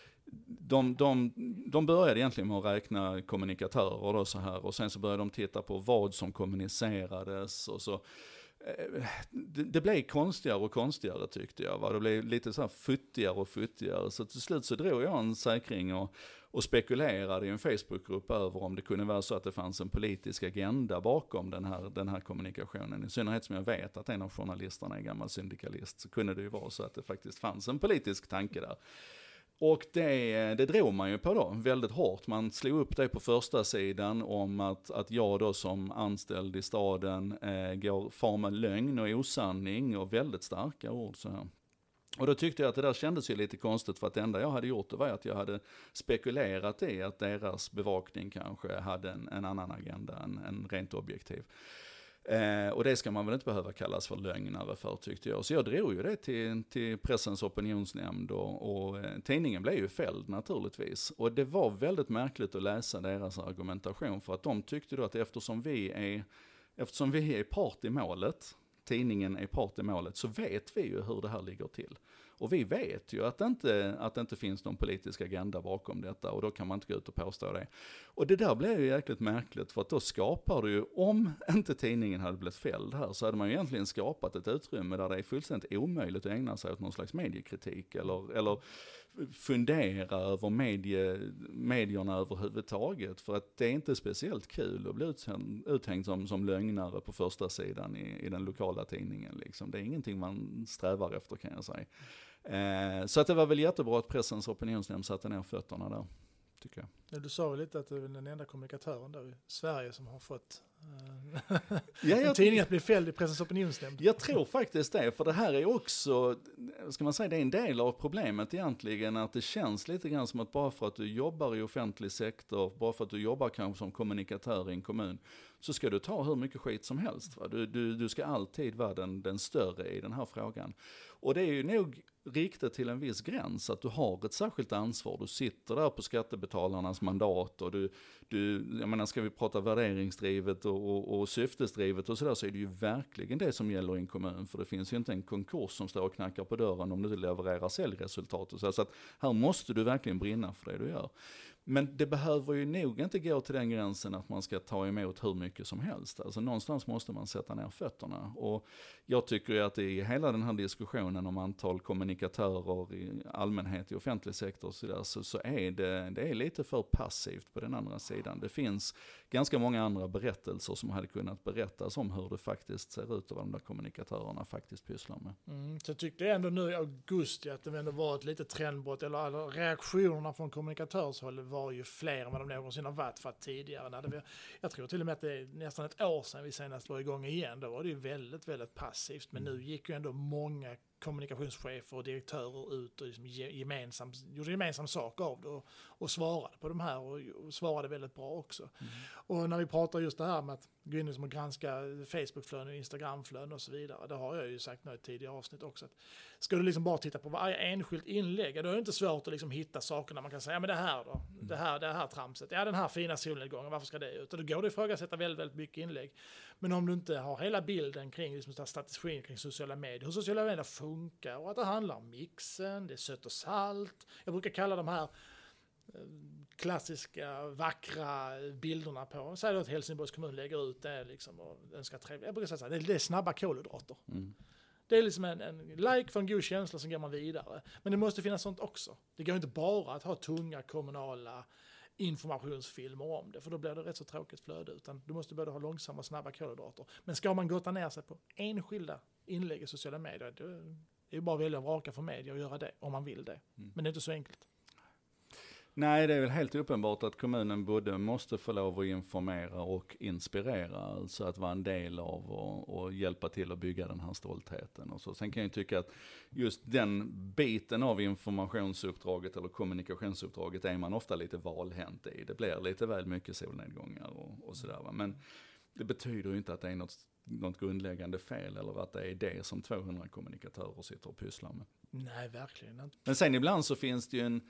de började egentligen med att räkna kommunikatörer då så här, och sen så började de titta på vad som kommunicerades, och så det blev konstigare och konstigare tyckte jag. Va? Det blev lite så här futtigare och futtigare. Så till slut så drog jag en säkring och spekulerade i en Facebookgrupp över om det kunde vara så att det fanns en politisk agenda bakom den här kommunikationen. I synnerhet som jag vet att en av journalisterna är gammal syndikalist, så kunde det ju vara så att det faktiskt fanns en politisk tanke där. Och det drog man ju på då, väldigt hårt. Man slog upp det på första sidan om att jag då som anställd i staden far med lögn och osanning och väldigt starka ord så här. Och då tyckte jag att det där kändes ju lite konstigt, för att det enda jag hade gjort det var att jag hade spekulerat i att deras bevakning kanske hade en annan agenda än rent objektiv. Och det ska man väl inte behöva kallas för lögnare för, tyckte jag. Så jag drog ju det till Pressens opinionsnämnd och tidningen blev ju fälld naturligtvis. Och det var väldigt märkligt att läsa deras argumentation, för att de tyckte då att eftersom vi är part i målet, tidningen är part i målet, så vet vi ju hur det här ligger till. Och vi vet ju att det inte finns någon politisk agenda bakom detta, och då kan man inte gå ut och påstå det. Och det där blev ju jäkligt märkligt, för att då skapar det ju, om inte tidningen hade blivit fälld här, så hade man ju egentligen skapat ett utrymme där det är fullständigt omöjligt att ägna sig åt någon slags mediekritik eller fundera över medierna överhuvudtaget, för att det är inte speciellt kul att bli uthängd som lögnare på första sidan i den lokala tidningen. Liksom. Det är ingenting man strävar efter, kan jag säga. Så att det var väl jättebra att Pressens opinionsnämnd satte ner fötterna där, tycker jag. Ja, du sa väl lite att du är den enda kommunikatören där i Sverige som har fått en tidning att bli fälld i Pressens opinionsnämnd. Jag tror faktiskt det, för det här är också, ska man säga, det är en del av problemet egentligen, att det känns lite grann som att bara för att du jobbar i offentlig sektor, bara för att du jobbar kanske som kommunikatör i en kommun, så ska du ta hur mycket skit som helst. Va? Du ska alltid vara den större i den här frågan. Och det är ju nog riktat till en viss gräns, att du har ett särskilt ansvar. Du sitter där på skattebetalarnas mandat, och jag menar, ska vi prata värderingsdrivet och syftesdrivet och sådär, så är det ju verkligen det som gäller i en kommun. För det finns ju inte en konkurs som står och knackar på dörren om du inte levererar säljresultat. Och så att här måste du verkligen brinna för det du gör. Men det behöver ju nog inte gå till den gränsen att man ska ta emot hur mycket som helst. Alltså någonstans måste man sätta ner fötterna. Och jag tycker ju att i hela den här diskussionen om antal kommunikatörer i allmänhet i offentlig sektor så är det är lite för passivt på den andra sidan. Det finns ganska många andra berättelser som hade kunnat berättas om hur det faktiskt ser ut och vad de där kommunikatörerna faktiskt pysslar med. Så jag tyckte ändå nu i augusti att det ändå var ett litet trendbrott, eller reaktionerna från kommunikatörshåll var ju fler än vad de någonsin har varit, för att tidigare. Jag tror till och med att det är nästan ett år sedan vi senast var igång igen. Då var det ju väldigt, väldigt passivt. Men nu gick ju ändå många kommunikationschefer och direktörer ut och liksom gjorde gemensam sak av det och svarade på de här och svarade väldigt bra också. Och när vi pratar just det här med att gå in och granska Facebookflöden och Instagramflöden och så vidare, det har jag ju sagt nu i tidigare avsnitt också, att ska du liksom bara titta på varje enskilt inlägg, då är det inte svårt att liksom hitta saker där man kan säga, ja men det här då, det här tramset, ja den här fina solnedgången, varför ska det ut? Och då går det att ifrågasätta väldigt, väldigt mycket inlägg. Men om du inte har hela bilden kring liksom, strategin kring sociala medier, hur sociala medier funkar och att det handlar om mixen, det är sött och salt. Jag brukar kalla de här klassiska, vackra bilderna på, säg då att Helsingborgs kommun lägger ut det liksom, och önskar trevligt. Jag brukar säga att det är snabba kolhydrater. Det är liksom en like för en god känsla, som går man vidare. Men det måste finnas sånt också. Det går inte bara att ha tunga kommunala informationsfilmer om det, för då blir det rätt så tråkigt flöde, utan du måste både ha långsamma och snabba kolhydrater. Men ska man gotta ner sig på enskilda inlägg i sociala medier, det är ju bara att välja att vraka för media och göra det om man vill det. Men det är inte så enkelt. Nej, det är väl helt uppenbart att kommunen både måste få lov att informera och inspirera, alltså att vara en del av och hjälpa till att bygga den här stoltheten. Och så. Sen kan jag tycka att just den biten av informationsuppdraget eller kommunikationsuppdraget är man ofta lite valhänt i. Det blir lite väl mycket solnedgångar och sådär. Va? Men det betyder ju inte att det är något grundläggande fel, eller att det är det som 200 kommunikatörer sitter och pysslar med. Nej, verkligen inte. Men sen ibland så finns det ju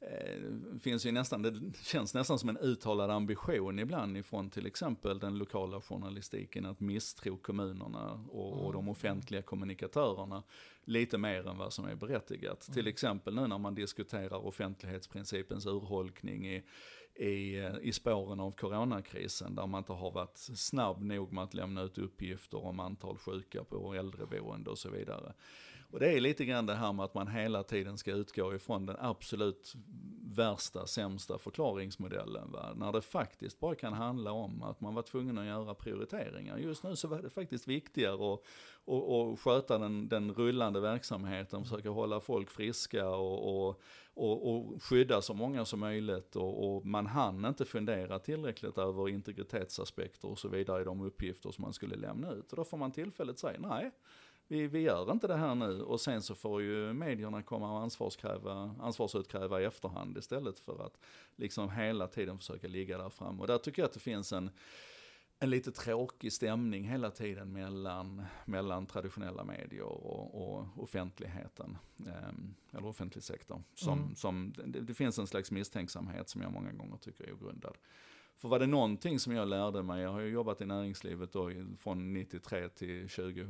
det känns nästan som en uttalad ambition ibland ifrån till exempel den lokala journalistiken att misstro kommunerna och de offentliga kommunikatörerna lite mer än vad som är berättigat. Till exempel nu när man diskuterar offentlighetsprincipens urholkning i spåren av coronakrisen, där man inte har varit snabb nog med att lämna ut uppgifter om antal sjuka på äldreboende och så vidare. Och det är lite grann det här med att man hela tiden ska utgå ifrån den absolut värsta, sämsta förklaringsmodellen. Va? När det faktiskt bara kan handla om att man var tvungen att göra prioriteringar. Just nu så var det faktiskt viktigare att sköta den rullande verksamheten, försöka hålla folk friska och skydda så många som möjligt. Och man hann inte fundera tillräckligt över integritetsaspekter och så vidare i de uppgifter som man skulle lämna ut. Och då får man tillfället säga nej. Vi gör inte det här nu, och sen så får ju medierna komma och ansvarsutkräva i efterhand istället för att liksom hela tiden försöka ligga där fram. Och där tycker jag att det finns en lite tråkig stämning hela tiden mellan traditionella medier och offentligheten, eller offentlig sektor. Det finns en slags misstänksamhet som jag många gånger tycker är ogrundad. För var det någonting som jag lärde mig, jag har ju jobbat i näringslivet då från 93 till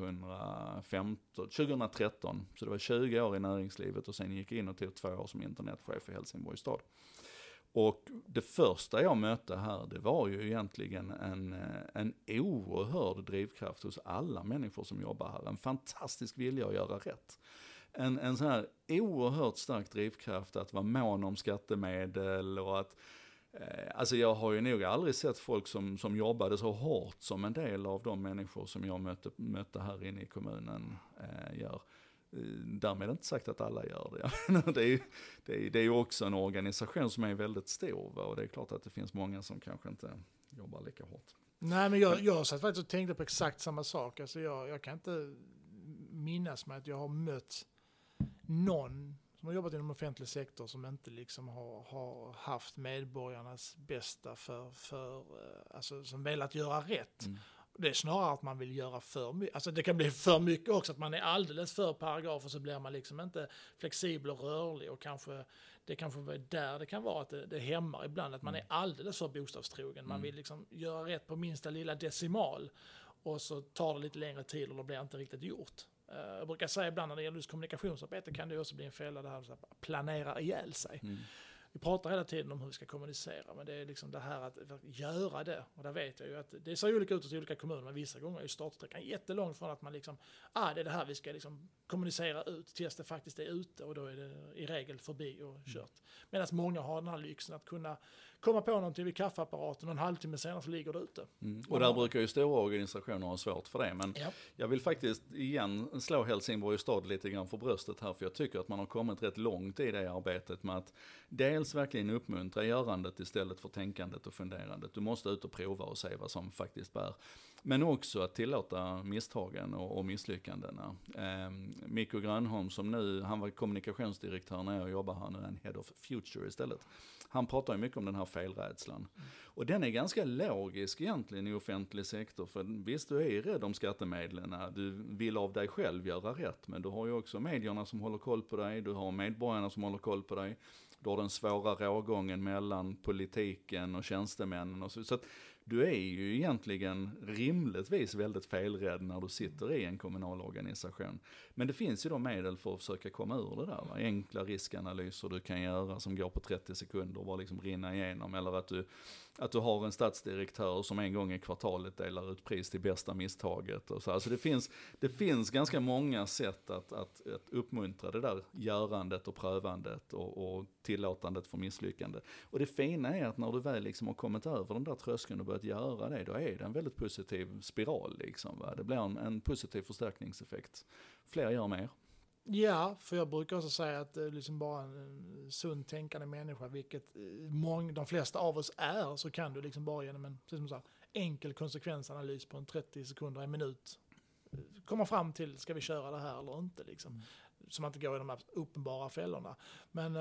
2013, så det var 20 år i näringslivet och sen gick jag in och tog 2 år som internetchef i Helsingborgs stad. Och det första jag mötte här, det var ju egentligen en oerhörd drivkraft hos alla människor som jobbar här, en fantastisk vilja att göra rätt. En sån här oerhört stark drivkraft att vara mån om skattemedel och att alltså jag har ju nog aldrig sett folk som jobbade så hårt som en del av de människor som jag mötte här inne i kommunen gör. Därmed inte sagt att alla gör det. Det är ju också en organisation som är väldigt stor, va? Och det är klart att det finns många som kanske inte jobbar lika hårt. Nej, men jag satt faktiskt och tänkte på exakt samma sak. Alltså jag kan inte minnas mig att jag har mött någon som har jobbat inom offentlig sektor som inte liksom har haft medborgarnas bästa för alltså som velat göra rätt. Mm. Det är snarare att man vill göra för mycket. Alltså det kan bli för mycket också, att man är alldeles för paragraf och så blir man liksom inte flexibel och rörlig, och det kanske är där det kan vara att det hämmar ibland, att man är alldeles för bokstavstrogen. Man vill liksom göra rätt på minsta lilla decimal, och så tar det lite längre tid och då blir det inte riktigt gjort. Jag brukar säga ibland när det gäller just kommunikationsarbete kan det också bli en fälla, det här att planera ihjäl sig. Mm. Vi pratar hela tiden om hur vi ska kommunicera, men det är liksom det här att göra det. Och där vet jag ju att det ser olika ut i olika kommuner, men vissa gånger är startsträckan jättelångt från att man liksom, det är det här vi ska liksom kommunicera ut tills det faktiskt är ute, och då är det i regel förbi och kört. Medan många har den här lyxen att kunna komma på någonting vid kaffeapparaten och en halvtimme senare så ligger det ute. Mm. Och där brukar ju stora organisationer ha svårt för det, men jag vill faktiskt igen slå Helsingborgs stad lite grann för bröstet här, för jag tycker att man har kommit rätt långt i det arbetet med att dels verkligen uppmuntra görandet istället för tänkandet och funderandet. Du måste ut och prova och se vad som faktiskt bär. Men också att tillåta misstagen och misslyckandena. Mikko Grönholm som nu, han var kommunikationsdirektör när jag jobbar här nu, en head of future istället. Han pratar ju mycket om den här felrädslan. Och den är ganska logisk egentligen i offentlig sektor. För visst, du är rädd om skattemedlen. Du vill av dig själv göra rätt. Men du har ju också medierna som håller koll på dig. Du har medborgarna som håller koll på dig. Du har den svåra rågången mellan politiken och tjänstemännen. Och så att du är ju egentligen rimligtvis väldigt felrädd när du sitter i en kommunal organisation. Men det finns ju då medel för att försöka komma ur det där. Va? Enkla riskanalyser du kan göra som går på 30 sekunder och bara liksom rinna igenom. Eller att du har en statsdirektör som en gång i kvartalet delar ut pris till bästa misstaget. Och så. Alltså det finns ganska många sätt att uppmuntra det där görandet och prövandet och tillåtandet för misslyckande. Och det fina är att när du väl liksom har kommit över den där tröskeln och börjat göra det, då är det en väldigt positiv spiral. Liksom, va? Det blir en positiv förstärkningseffekt. Fler gör mer. Ja, för jag brukar också säga att det är liksom bara en sund tänkande människa, vilket de flesta av oss är, så kan du liksom bara genom en enkel konsekvensanalys på 30 sekunder, en minut komma fram till, ska vi köra det här eller inte liksom. Så man inte går i de här uppenbara fällorna. Men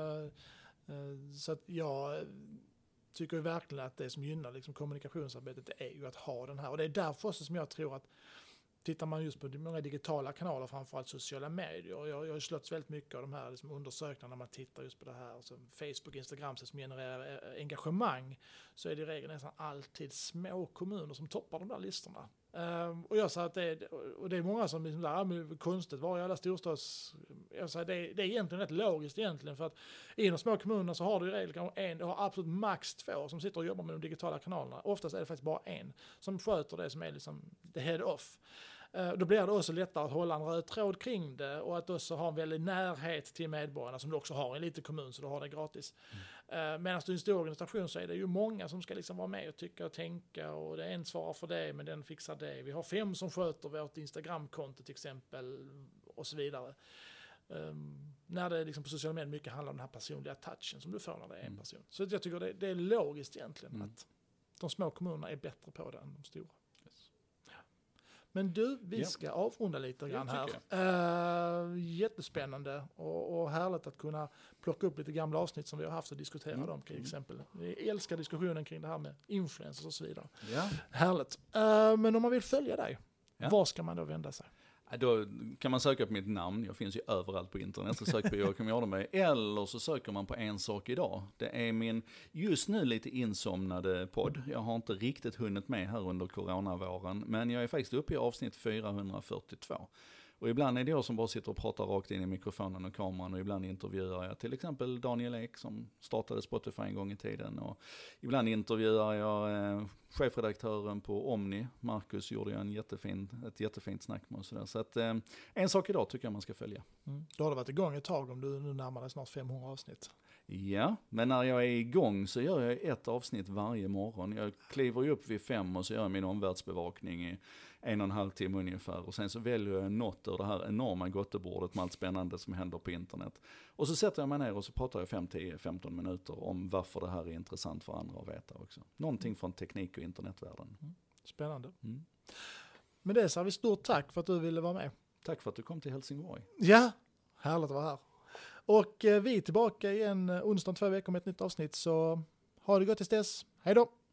så att jag tycker verkligen att det som gynnar liksom kommunikationsarbetet är ju att ha den här, och det är därför också som jag tror att tittar man just på många digitala kanaler, framförallt sociala medier. Jag har slått väldigt mycket av de här liksom undersökningarna när man tittar just på det här. Alltså Facebook, Instagram som genererar engagemang, så är det i regel nästan alltid små kommuner som toppar de där listorna. Och jag sa att det är många som liksom där, konstigt var i alla storstads... Jag sa det är egentligen rätt logiskt egentligen, för att i de små kommunerna så har du i regel kanske du har absolut max 2 som sitter och jobbar med de digitala kanalerna. Oftast är det faktiskt bara en som sköter det som är liksom the head off. Då blir det också lättare att hålla en röd tråd kring det och att också ha en väldig närhet till medborgarna som du också har i en liten kommun, så du har det gratis. Medan du i en stor organisation så är det ju många som ska liksom vara med och tycka och tänka, och det är en svarar för det men den fixar det. Vi har 5 som sköter vårt Instagramkonto till exempel och så vidare. När det liksom på sociala medier mycket handlar om den här personliga touchen som du får när det är en person. Så jag tycker det är logiskt egentligen att de små kommunerna är bättre på det än de stora. Men du, vi ska avrunda lite grann här. Jättespännande och härligt att kunna plocka upp lite gamla avsnitt som vi har haft och diskutera dem till exempel. Vi älskar diskussionen kring det här med influencers och så vidare. Ja. Härligt. Men om man vill följa dig, var ska man då vända sig? Då kan man söka på mitt namn, jag finns ju överallt på internet, så sök på Joakim Jardenberg, eller så söker man på En sak idag. Det är min just nu lite insomnade podd, jag har inte riktigt hunnit med här under coronavåren, men jag är faktiskt uppe i avsnitt 442. Och ibland är det jag som bara sitter och pratar rakt in i mikrofonen och kameran, och ibland intervjuar jag till exempel Daniel Ek som startade Spotify en gång i tiden, och ibland intervjuar jag chefredaktören på Omni, Marcus, gjorde jag ett jättefint snack med och sådär. Så att En sak idag tycker jag man ska följa. Då har det varit igång ett tag om du nu närmar dig snart 500 avsnitt. Ja, men när jag är igång så gör jag ett avsnitt varje morgon. Jag kliver ju upp vid 5 och så gör jag min omvärldsbevakning i 1,5 timme ungefär. Och sen så väljer jag något ur det här enorma gottebordet med allt spännande som händer på internet. Och så sätter jag mig ner och så pratar jag 5, 10, 15 minuter om varför det här är intressant för andra att veta också. Någonting från teknik och internetvärlden. Spännande. Men det så har vi stort tack för att du ville vara med. Tack för att du kom till Helsingborg. Ja, härligt att vara här. Och vi är tillbaka igen onsdag om 2 veckor med ett nytt avsnitt, så ha det gott tills dess. Hej då!